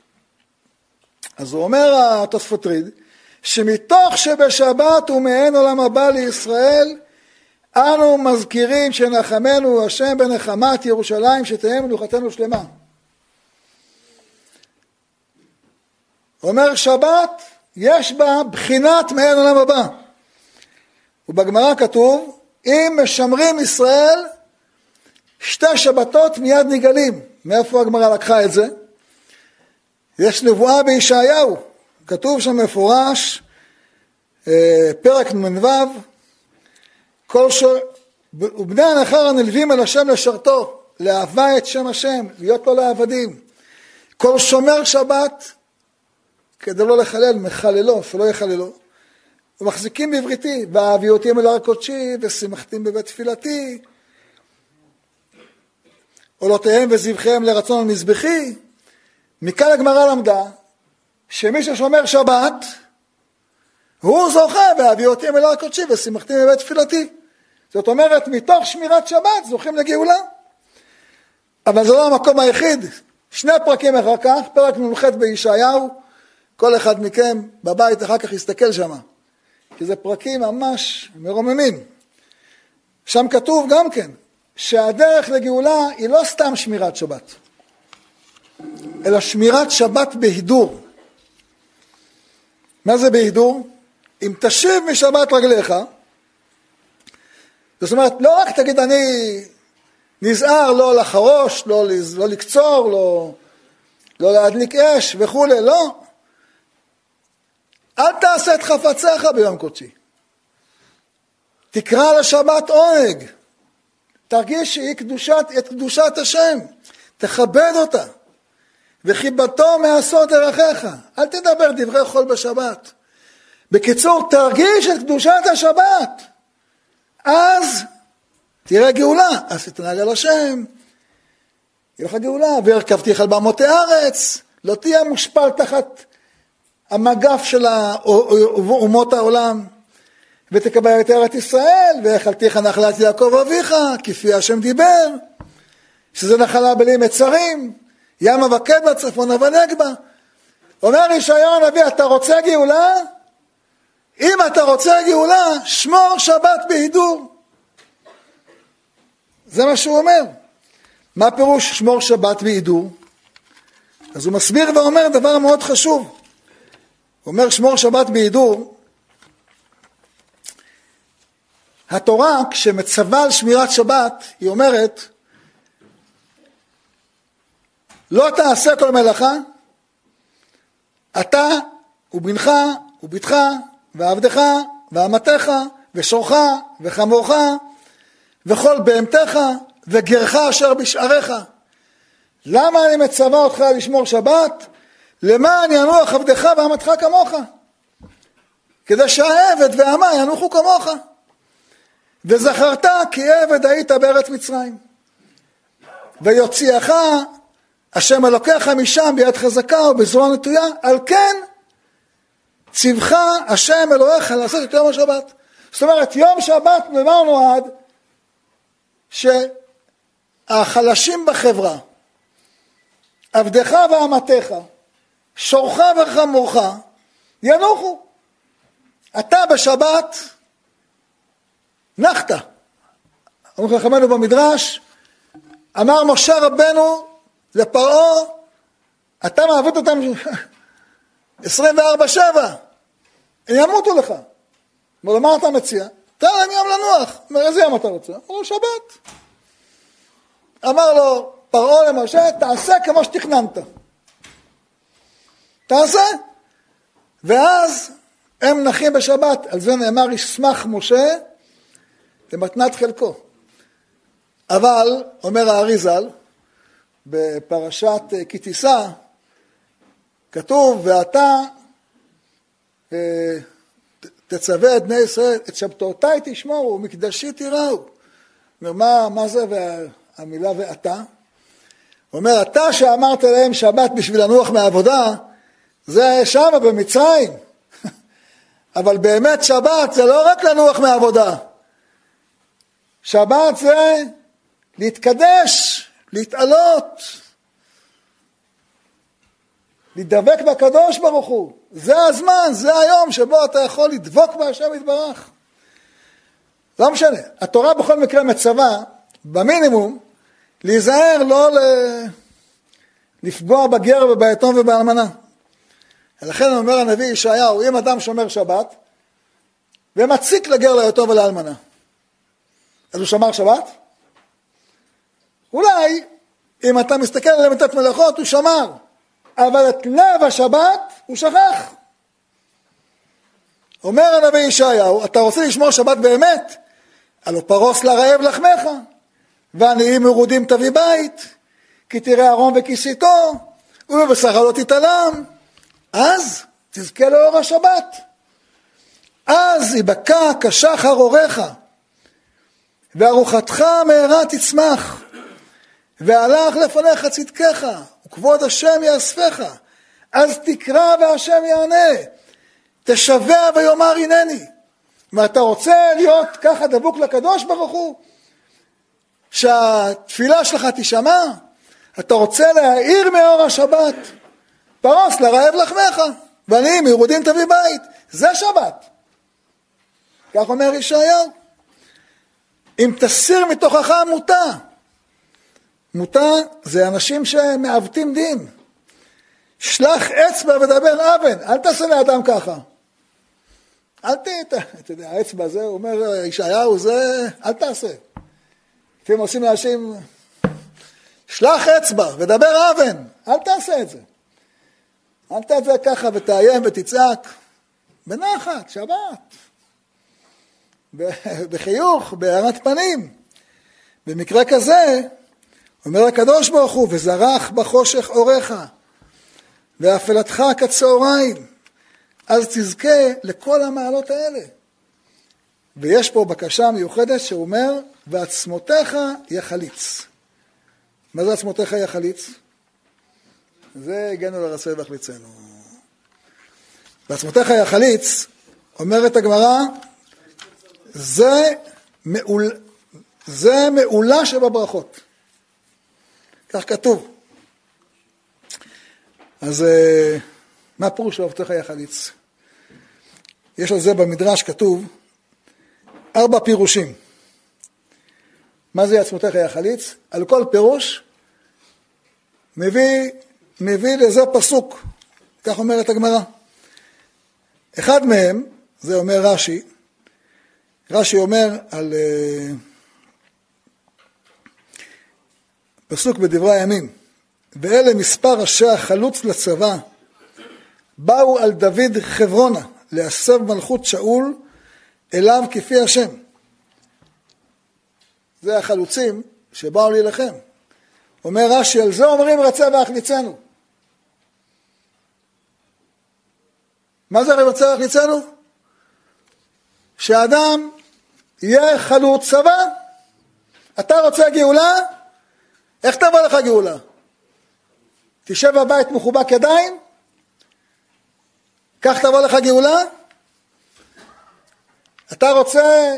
אז הוא אומר התוספות ריד, שמתוך שבשבת ומעין עולם הבא לישראל, אנו מזכירים שנחמנו השם בנחמת ירושלים, שתהיה מנוחתנו שלמה. אומר שבת, יש בה בחינת מעין עולם הבא. ובגמרא כתוב, אם משמרים ישראל, 2 שבתות מיד נגלים. מאיפה הגמרא לקחה את זה? יש נבואה בישעיהו, כתוב שם מפורש, פרק מ"ו, ובני הנכר הנלווים אל השם לשרתו, לאהבה את שם השם, להיות לו לעבדים. כל שומר שבת, כדי לא לחלל, מחללו, שלא יחללו, ומחזיקים בבריתי, ואהבי אותי אל הר קודשי, ושימחתים בבית תפילתי, עולותיהם וזבחיהם לרצון על מזבחי. מכאן הגמרא למדה, שמי ששומר שבת, הוא זוכה, ואהבי אותי אל הר קודשי, ושימחתים בבית תפילתי. זאת אומרת, מתוך שמירת שבת זוכים לגאולה. אבל זה לא המקום היחיד. 2 פרקים אחר כך, פרק נ"ח בישעיהו, כל אחד מכם בבית אחר כך יסתכל שם, כי זה פרקים ממש מרוממים. שם כתוב גם כן, שהדרך לגאולה היא לא סתם שמירת שבת, אלא שמירת שבת בהידור. מה זה בהידור? אם תשיב משבת רגליך, זאת אומרת, לא רק תגיד אני נזהר לא לחרוש, לא לקצור, לא להדליק אש וכו', לא. אל תעשה את חפציך ביום קודשי. תקרא לשבת עונג. תרגיש שהיא את קדושת השם. תכבד אותה. וחיבתו מעשות דרכיך. אל תדבר דברי חול בשבת. בקיצור, תרגיש את קדושת השבת. אז תראה גאולה. אז תתנהג על השם. יהיה לך גאולה. והרכבתיך על במותי הארץ. לא תהיה מושפל תחת המגף של אומות העולם, ותקבל את ארץ ישראל, והאכלתיך נחלת יעקב אביך, כפי השם דיבר, שזה נחלה בלי מצרים, ים וקדמה צפונה ונגבה. אומר ישעיהו הנביא, אתה רוצה גאולה? אם אתה רוצה גאולה, שמור שבת בהידור. זה מה שהוא אומר. מה פירוש שמור שבת בהידור? אז הוא מסביר ואומר דבר מאוד חשוב. הוא אומר שמור שבת בהידור. התורה כשמצווה על שמירת שבת, היא אומרת, לא תעשה כל מלאכה, אתה ובנך ובתך ועבדך ואמתך ושורך וחמורך וכל בהמתך וגרך אשר בשעריך. למה אני מצווה אותך לשמור שבת? למען ינוח עבדך ואמתך כמוך, כדי שהעבד והאמה ינוחו כמוך. וזכרת כי עבד היית בארץ מצרים, ויוציאך השם אלוקיך משם ביד חזקה ובזרוע נטויה, על כן ציווך השם אלוהיך לעשות את יום השבת. זאת אומרת, יום שבת למה נועד? שהחלשים בחברה, עבדך ואמתך, שורך וחמורך, ינוחו. אתה בשבת נחת. אמרו חכמינו במדרש, אמר משה רבנו לפרעה, אתה מעבוד אותם 24/7, הם ימותו לך. אמר לו, מה אתה מציע? תן להם יום לנוח. אומר, איזה יום אתה רוצה? אמר לו, שבת. אמר לו, פרעה למשה, תעשה כמו שתכננת. תעשה. ואז הם נחים בשבת. על זה נאמר, ישמח משה למתנת חלקו. אבל, אומר האריז"ל, בפרשת כי תישא, כתוב, ואתה תצווה את בני ישראל, את שבתותיי תשמורו, מקדשי תיראו. אומר, מה זה המילה ואתה? הוא אומר, אתה שאמרת להם שבת בשביל לנוח מהעבודה, זה שם במצרים. אבל באמת שבת זה לא רק לנוח מהעבודה. שבת זה להתקדש, להתעלות, להידבק בקדוש ברוך הוא. זה הזמן, זה היום שבו אתה יכול לדבוק בהשם יתברך. לא משנה. התורה בכל מקרה מצווה, במינימום, להיזהר לא לפגוע בגר וביתום ובאלמנה. לכן אומר הנביא ישעיהו, אם אדם שומר שבת, ומציק לגר ליתום ולאלמנה, אז הוא שמר שבת? אולי, אם אתה מסתכל על למיטת מלאכות, הוא שמר. אבל את לב השבת הוא שכח. אומר הנביא ישעיהו, אתה רוצה לשמור שבת באמת? הלא פרוס לרעב לחמך, ועניים מרודים תביא בית, כי תראה ארון וכיסיתו, ובבשרך לא תתעלם. אז תזכה לאור השבת. אז יבקע כשחר אורך, וארוחתך מהרה תצמח, והלך לפניך צדקך, וכבוד השם יאספך. אז תקרא והשם יענה, תשבע ויאמר הנני. ואתה רוצה להיות ככה דבוק לקדוש ברוך הוא, שהתפילה שלך תשמע, אתה רוצה להאיר מאור השבת, פרוס לרעב לחמך, ועניים מרודים תביא בית. זה שבת. כך אומר ישעיהו. אם תסיר מתוכך מותה, מותה זה אנשים שמעוותים דין. שלח אצבע ודבר אבן, אל תעשה לאדם ככה. אתה יודע, האצבע הזה, הוא אומר ישעיהו, זה אל תעשה. לפעמים עושים לאנשים, שלח אצבע ודבר אבן, אל תעשה את זה. אל תעשה ככה ותאיים ותצעק. בנחת, שבת. בחיוך, בהארת פנים. במקרה כזה, אומר הקדוש ברוך הוא, וזרח בחושך אורך, ואפלתך כצהריים, אז תזכה לכל המעלות האלה. ויש פה בקשה מיוחדת שאומר, ועצמותיך יחליץ. מה זה עצמותיך יחליץ? זה הגענו לרצה והחליצנו. ועצמותיך יחליץ, אומרת הגמרא, זה מעולה שבברכות. כך כתוב. אז מה פירוש ועצמותיך יחליץ? יש על זה במדרש כתוב 4 פירושים. מה זה עצמותיך יחליץ? על כל פירוש מביא לזה פסוק. כך אומרת הגמרא. אחד מהם, זה אומר רש"י, רש"י אומר על פסוק בדברי הימים, ואלה מספר ראשי החלוץ לצבא, באו על דוד חברונה, להסב מלכות שאול אליו כפי השם. זה החלוצים שבאו להילחם. אומר רש"י, על זה אומרים רצה והחליצנו. מה זה רצה והחליצנו? שאדם יהיה חלוץ צבא. אתה רוצה גאולה? איך תבוא לך גאולה? תשב בבית מחובק ידיים? כך תבוא לך גאולה? אתה רוצה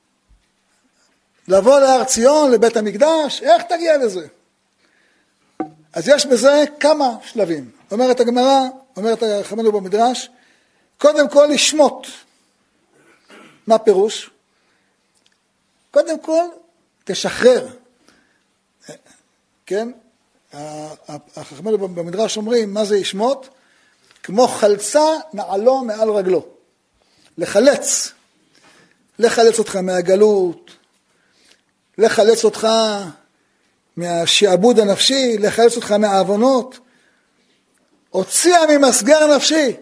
לבוא להר ציון, לבית המקדש? איך תגיע לזה? אז יש בזה כמה שלבים. אומרת הגמרא, אומרת חכמינו במדרש, קודם כל לשמות. מה פירוש? קודם כל תשחרר. כן? החכמים במדרש אומרים, מה זה ישמות? כמו חלצה נעלו מעל רגלו. לחלץ. לחלץ אותך מהגלות, לחלץ אותך מהשעבוד הנפשי, לחלץ אותך מהעוונות. הוציאה ממסגר נפשי.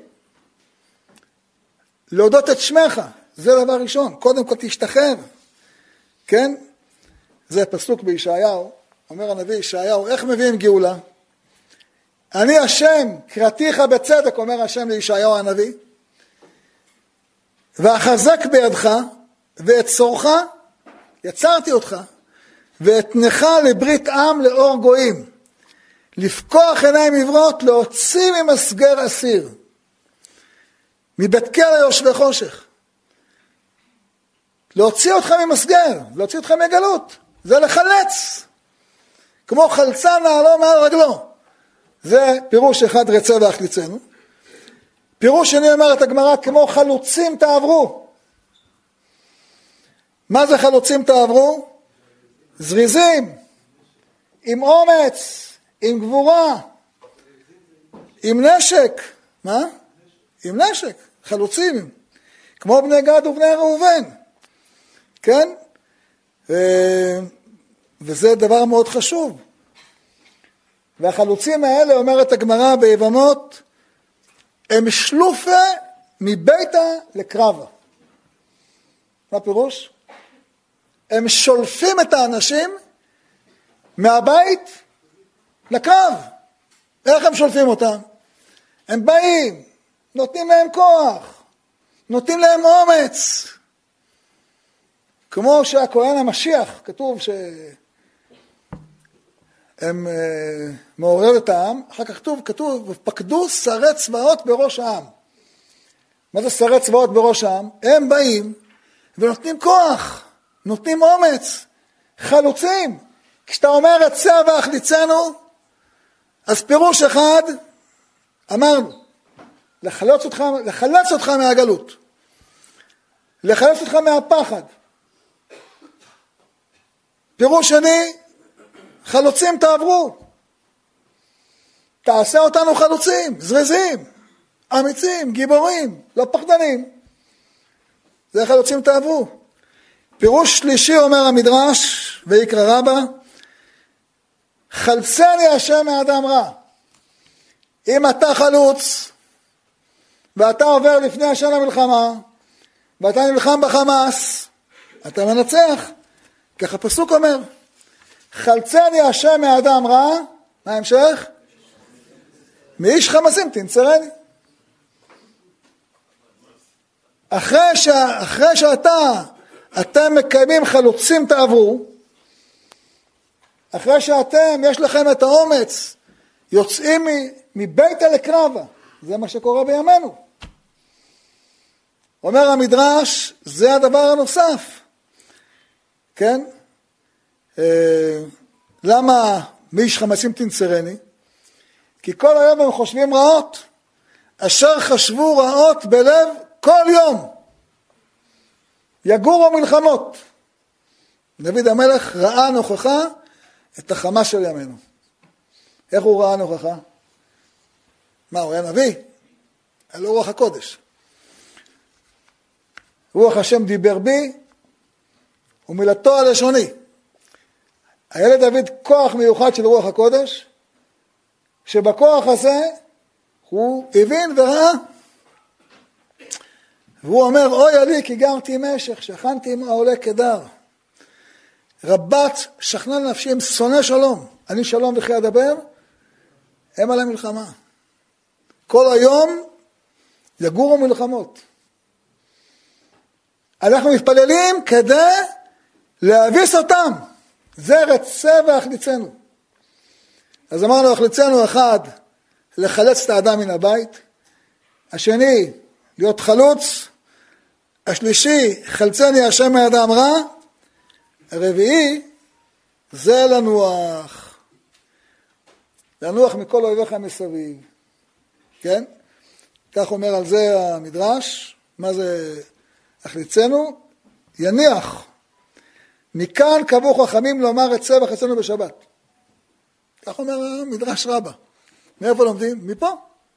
להודות את שמך, זה דבר ראשון. קודם כל תשתחרר. כן? זה פסוק בישעיהו. אומר הנביא ישעיהו, איך מביאים גאולה? אני השם, קראתיך בצדק, אומר השם לישעיהו הנביא. ואחזק בידך, ואת צורך, יצרתי אותך, ואתנך לברית עם לאור גויים. לפקוח עיניים עברות, להוציא ממסגר אסיר. מבית כלא יושבי חושך. להוציא אותך ממסגר, להוציא אותך מגלות. זה לחלץ. כמו חלצה נעלו מעל רגלו. זה פירוש אחד, רצה והחליצנו. פירוש שני אומרת הגמרא, כמו חלוצים תעברו. מה זה חלוצים תעברו? זריזים, עם אומץ, עם גבורה, עם נשק. מה? עם נשק, חלוצים. כמו בני גד ובני ראובן. כן? וזה דבר מאוד חשוב. והחלוצים האלה, אומרת הגמרא ביבמות, הם שלופה מביתה לקרבה. מה פירוש? הם שולפים את האנשים מהבית לקרב. איך הם שולפים אותם? הם באים, נותנים להם כוח, נותנים להם אומץ. כמו שהכהן המשיח, כתוב הם מעורר את העם, אחר כך כתוב, פקדו שרי צבאות בראש העם. מה זה שרי צבאות בראש העם? הם באים ונותנים כוח, נותנים אומץ, חלוצים. כשאתה אומר רצה והחליצנו, אז פירוש אחד, אמרנו, לחלץ אותך מהגלות, לחלץ אותך מהפחד. פירוש שני, חלוצים תעברו. תעשה אותנו חלוצים, זריזים, אמיצים, גיבורים, לא פחדנים. זה חלוצים תעברו. פירוש שלישי אומר המדרש, ויקרא רבה, חלצני השם מאדם רע. אם אתה חלוץ, ואתה עובר לפני השם למלחמה, ואתה נלחם בחמאס, אתה מנצח. ככה הפסוק אומר, חלצני השם מאדם רע, מה ההמשך? מאיש חמאסים תנצרני. אחרי שאתם מקיימים חלוצים תעברו, אחרי שאתם, יש לכם את האומץ, יוצאים מביתה לקרבה. זה מה שקורה בימינו. אומר המדרש, זה הדבר הנוסף. כן? למה מאיש חמאסים תנצרני? כי כל היום הם חושבים רעות, אשר חשבו רעות בלב כל יום. יגורו מלחמות. דוד המלך ראה נוכחה את החמאס של ימינו. איך הוא ראה נוכחה? מה, הוא היה נביא? היה לו רוח הקודש. רוח השם דיבר בי, ומילתו הלשוני. היה לדוד כוח מיוחד של רוח הקודש, שבכוח הזה הוא הבין וראה. והוא אומר, אוי עלי כי גרתי משך, שכנתי עם העולה כדר. רבת שכנה נפשי, הם שונא שלום. אני שלום וכי אדבר, הם על המלחמה. כל היום יגורו מלחמות. אנחנו מתפללים כדי להביס אותם. זה רצה והחליצנו. אז אמרנו, החליצנו אחד, לחלץ את האדם מן הבית. השני, להיות חלוץ. השלישי, חלצני השם מאדם רע. הרביעי, זה לנוח. לנוח מכל אויביך מסביב. כן? כך אומר על זה המדרש. מה זה החליצנו? יניח. מכאן קבעו חכמים לומר רצה וחלצנו בשבת. כך אומר מדרש רבה. מאיפה לומדים? מפה.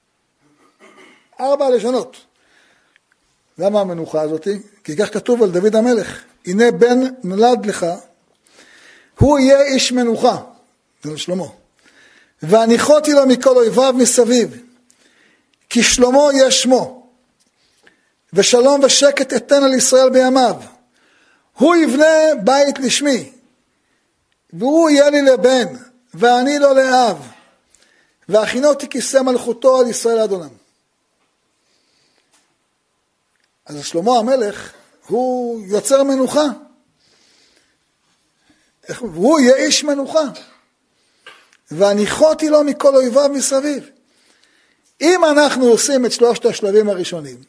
4 לשונות. למה המנוחה הזאת? כי כך כתוב על דוד המלך. הנה בן נולד לך, הוא יהיה איש מנוחה. זה לשלמה. והניחותי לו מכל אויביו מסביב. כי שלמה יש שמו. ושלום ושקט אתן על ישראל בימיו. הוא יבנה בית לשמי. והוא יהיה לי לבן, ואני לו לאב. והכינותי כיסא מלכותו על ישראל אדונם. אז שלמה המלך, הוא יוצר מנוחה. והוא יהיה איש מנוחה. והניחותי לו מכל אויביו מסביב. אם אנחנו עושים את 3 השלבים הראשונים,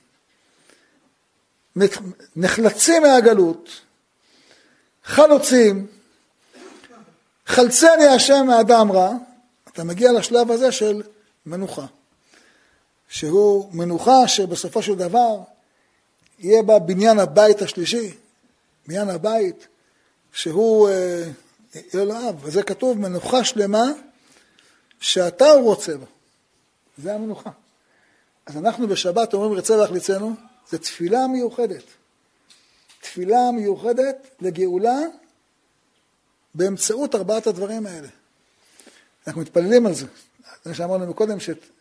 נחלצים מהגלות, חלוצים, חלצני השם מאדם רע, אתה מגיע לשלב הזה של מנוחה. שהוא מנוחה שבסופו של דבר יהיה בה בניין הבית השלישי, בניין הבית שהוא יהיה לו אב. וזה כתוב מנוחה שלמה שאתה הוא רוצה בה. זה המנוחה. אז אנחנו בשבת אומרים רצה להחליצנו, זה תפילה מיוחדת. תפילה מיוחדת לגאולה באמצעות 4 הדברים האלה. אנחנו מתפללים על זה. זה שאמרנו מקודם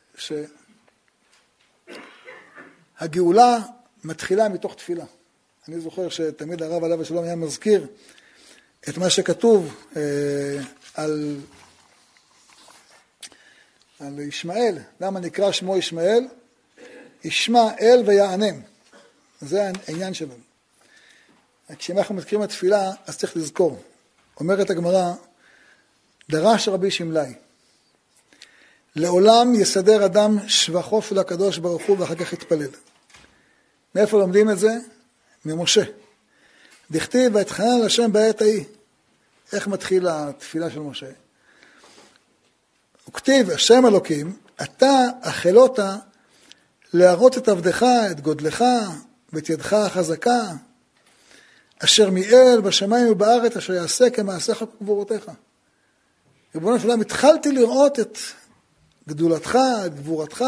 שהגאולה מתחילה מתוך תפילה. אני זוכר שתמיד הרב עליו השלום היה מזכיר את מה שכתוב על ישמעאל. למה נקרא שמו ישמעאל? ישמע אל ויענם. זה העניין שלנו. כשאנחנו מזכירים התפילה, אז צריך לזכור. אומרת הגמרא, דרש רבי שמלאי, לעולם יסדר אדם שבחו של הקדוש ברוך הוא ואחר כך יתפלל. מאיפה לומדים את זה? ממשה. דכתיב ויתחנן לשם בעת ההיא. איך מתחיל התפילה של משה? וכתיב השם אלוקים, אתה החלות להראות את עבדך, את גודלך ואת ידך החזקה, אשר מיאל בשמיים ובארץ אשר יעשה כמעשיך וגבורותיך. ריבונו של עולם, התחלתי לראות את גדולתך, את גבורתך.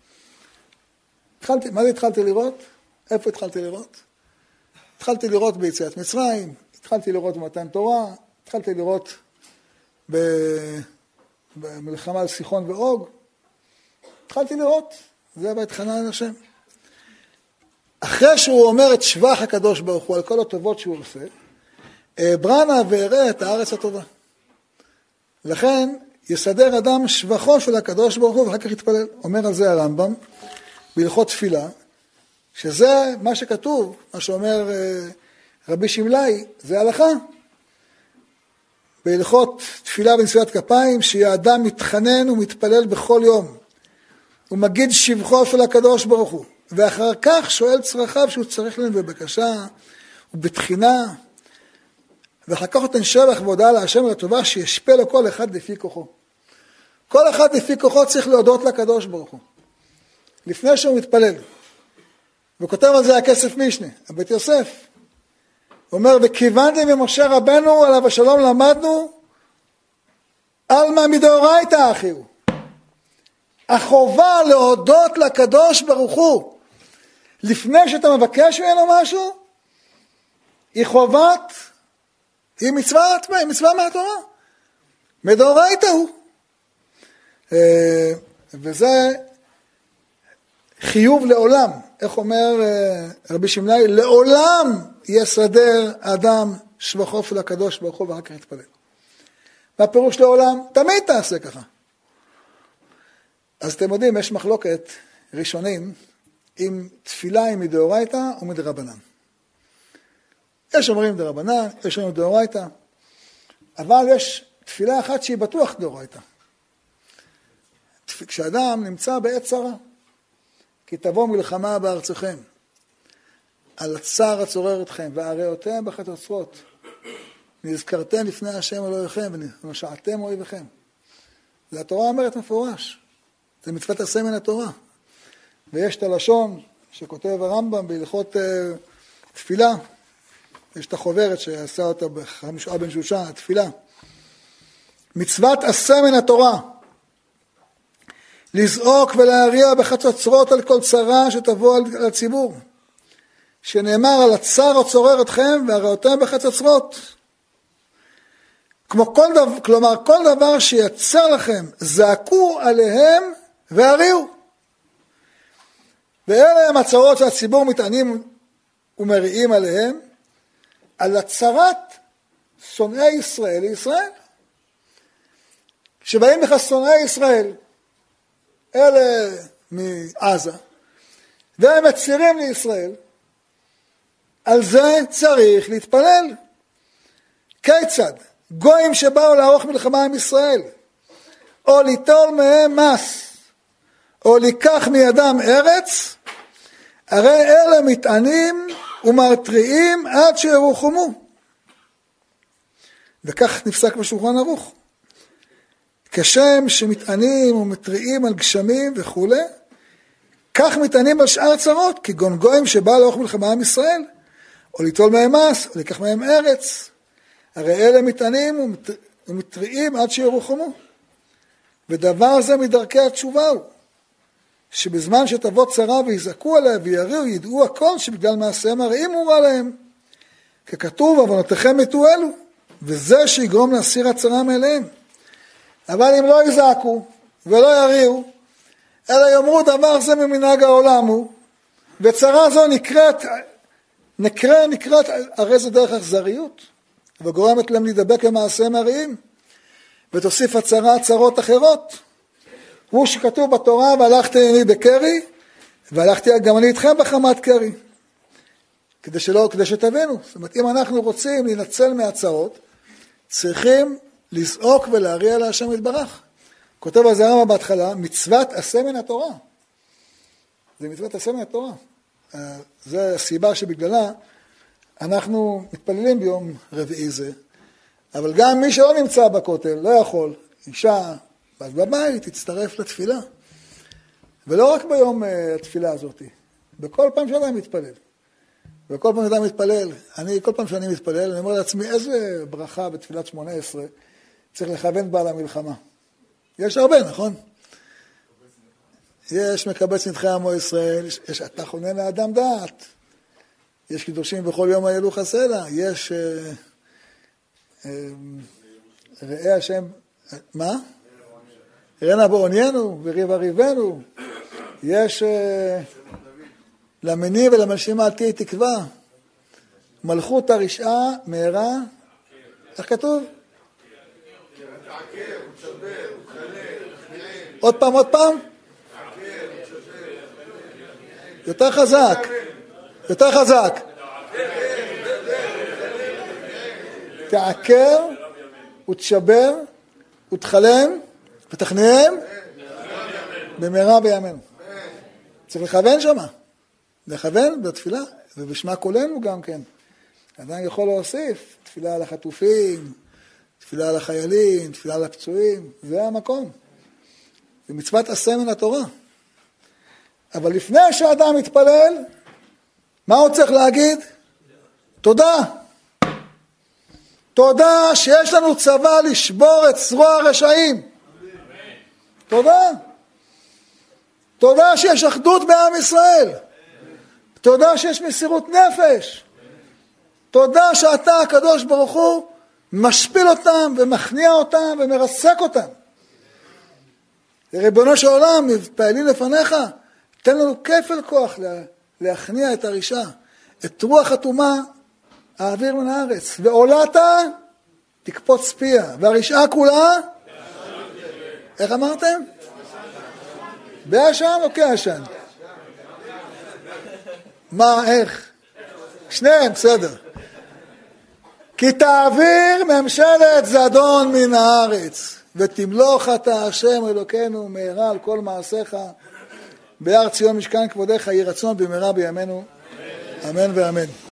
מה זה התחלתי לראות? איפה התחלתי לראות? התחלתי לראות ביציאת מצרים, התחלתי לראות במתן תורה, התחלתי לראות במלחמה על סיחון ואוג. התחלתי לראות, זה בהתחנן לשם. אחרי שהוא אומר את שבח הקדוש ברוך הוא על כל הטובות שהוא עושה, ברנה והראה את הארץ הטובה. לכן יסדר אדם שבחו של הקדוש ברוך הוא ואחר כך יתפלל. אומר על זה הרמב"ם בהלכות תפילה, שזה מה שכתוב, מה שאומר רבי שמלאי, זה הלכה. בהלכות תפילה בנשיאת כפיים, שהאדם מתחנן ומתפלל בכל יום. הוא מגיד שבחו של הקדוש ברוך הוא. ואחר כך שואל צרכיו שהוא צריך להם בבקשה ובתחינה. ואחר כך נותן שבח והודעה להשם על הטובה שישפה לו כל אחד לפי כוחו. כל אחד לפי כוחו צריך להודות לקדוש ברוך הוא. לפני שהוא מתפלל. וכותב על זה הכסף משנה, הבית יוסף. הוא אומר, וכיוונתי ממשה רבנו עליו השלום למדנו, על מה מדאורייתא אחי הוא. החובה להודות לקדוש ברוך הוא, לפני שאתה מבקש ממנו משהו, היא חובת, היא מצווה מהתורה. מדאורייתא הוא. וזה חיוב לעולם. איך אומר רבי שמלאי? לעולם יסדר אדם שבחו של הקדוש ברוך הוא ואחר כך יתפלל. מה פירוש לעולם? תמיד תעשה ככה. אז אתם יודעים, יש מחלוקת ראשונים אם תפילה היא מדאורייתא או מדרבנן. יש אומרים דרבנן, יש אומרים דאורייתא, אבל יש תפילה אחת שהיא בטוח דאורייתא. כשאדם נמצא בעת צרה, כי תבוא מלחמה בארצכם, על הצער הצורר אתכם, והראיותיהם בחצוצרות, נזכרתם לפני השם אלוהיכם, ונושעתם אויביכם. זה התורה אומרת מפורש. זה מצוות עשה מן התורה. ויש את הלשון שכותב הרמב"ם בהלכות תפילה. יש את החוברת שעשה אותה בחמישה בן שושה, התפילה. מצוות עשה מן התורה, לזעוק ולהריע בחצוצרות על כל צרה שתבוא על הציבור, שנאמר על הצר הצורר אתכם והראותם בחצוצרות. כלומר כל דבר שיצר לכם זעקו עליהם והריעו. ואלה הם הצרות שהציבור מתענים ומריעים עליהם, על הצרת שונאי ישראל לישראל. שבאים לך שונאי ישראל, אלה מעזה, והם מצירים לישראל, על זה צריך להתפלל. כיצד? גויים שבאו לערוך מלחמה עם ישראל, או ליטול מהם מס, או לקח מידם ארץ, הרי אלה מתענים ומרתריעים עד שירוחמו. וכך נפסק בשולחן ערוך. כשם שמתענים ומתריעים על גשמים וכו', כך מתענים על שאר צרות, כגון גויים שבא לערוך מלחמה עם ישראל, או ליטול מהם מס, או לקח מהם ארץ. הרי אלה מתענים ומתריעים עד שירוחמו. ודבר זה מדרכי התשובה הוא, שבזמן שתבוא צרה ויזעקו עליה ויריעו, ידעו הכל שבגלל מעשיהם הרעים הוא רע להם. ככתוב, עוונותיכם מתו אלו, וזה שיגרום להסיר הצרה מאליהם. אבל אם לא יזעקו ולא יריעו, אלא יאמרו דבר זה ממנהג העולם הוא, וצרה זו נקראת הרי זה דרך אכזריות, וגורמת להם להידבק למעשיהם הרעים, ותוסיף הצרה צרות אחרות. הוא שכתוב בתורה, והלכתי אני בקרי, והלכתי גם אני איתכם בחמת קרי. כדי שתבינו. זאת אומרת, אם אנחנו רוצים להינצל מהצרות, צריכים לזעוק ולהריע להשם יתברך. כותב על זה הרמב"ם בהתחלה, מצוות עשה מן התורה. זה מצוות עשה מן התורה. זה הסיבה שבגללה אנחנו מתפללים ביום רביעי זה, אבל גם מי שלא נמצא בכותל, לא יכול, אישה, אז בבית תצטרף לתפילה. ולא רק ביום התפילה הזאת, בכל פעם שאדם מתפלל. וכל פעם שאדם מתפלל, כל פעם שאני מתפלל, אני אומר לעצמי, איזה ברכה בתפילת 18 צריך לכוון בה למלחמה. יש הרבה, נכון? יש מקבץ נדחי עמו ישראל, יש אתה חונן לאדם דעת, יש קידושים בכל יום הילוך הסלע, יש ראה השם, מה? ראינה בעוניינו וריב הריבנו, יש למניב ולמלשים אל תהיה תקווה, מלכות הרשעה מהרה, איך כתוב? עוד פעם? יותר חזק. תעקר ותשבר ותחלם ותכניהם במהרה בימינו. צריך לכוון שמה. לכוון בתפילה, ובשמה קולנו גם כן. אדם יכול להוסיף תפילה על החטופים, תפילה על החיילים, תפילה על הפצועים, זה המקום. זה מצוות עשה מן התורה. אבל לפני שאדם מתפלל, מה הוא צריך להגיד? תודה. תודה שיש לנו צבא לשבור את זרוע הרשעים. תודה. תודה שיש אחדות בעם ישראל. תודה שיש מסירות נפש. תודה שאתה הקדוש ברוך הוא משפיל אותם ומכניע אותם ומרסק אותם. ריבונו של עולם, מתפעלים לפניך, תן לנו כפל כוח להכניע את הרשעה. את רוח אטומה האוויר מן הארץ. ועולת תקפוץ פיה. והרשעה כולה? איך אמרתם? בעשן או כעשן? מה, איך? שניהם, בסדר. כי תעביר ממשלת זדון מן הארץ, ותמלוך אתה השם אלוקינו מהרה על כל מעשיך, בהר ציון משכן כבודך יהי רצון במהרה בימינו, אמן ואמן.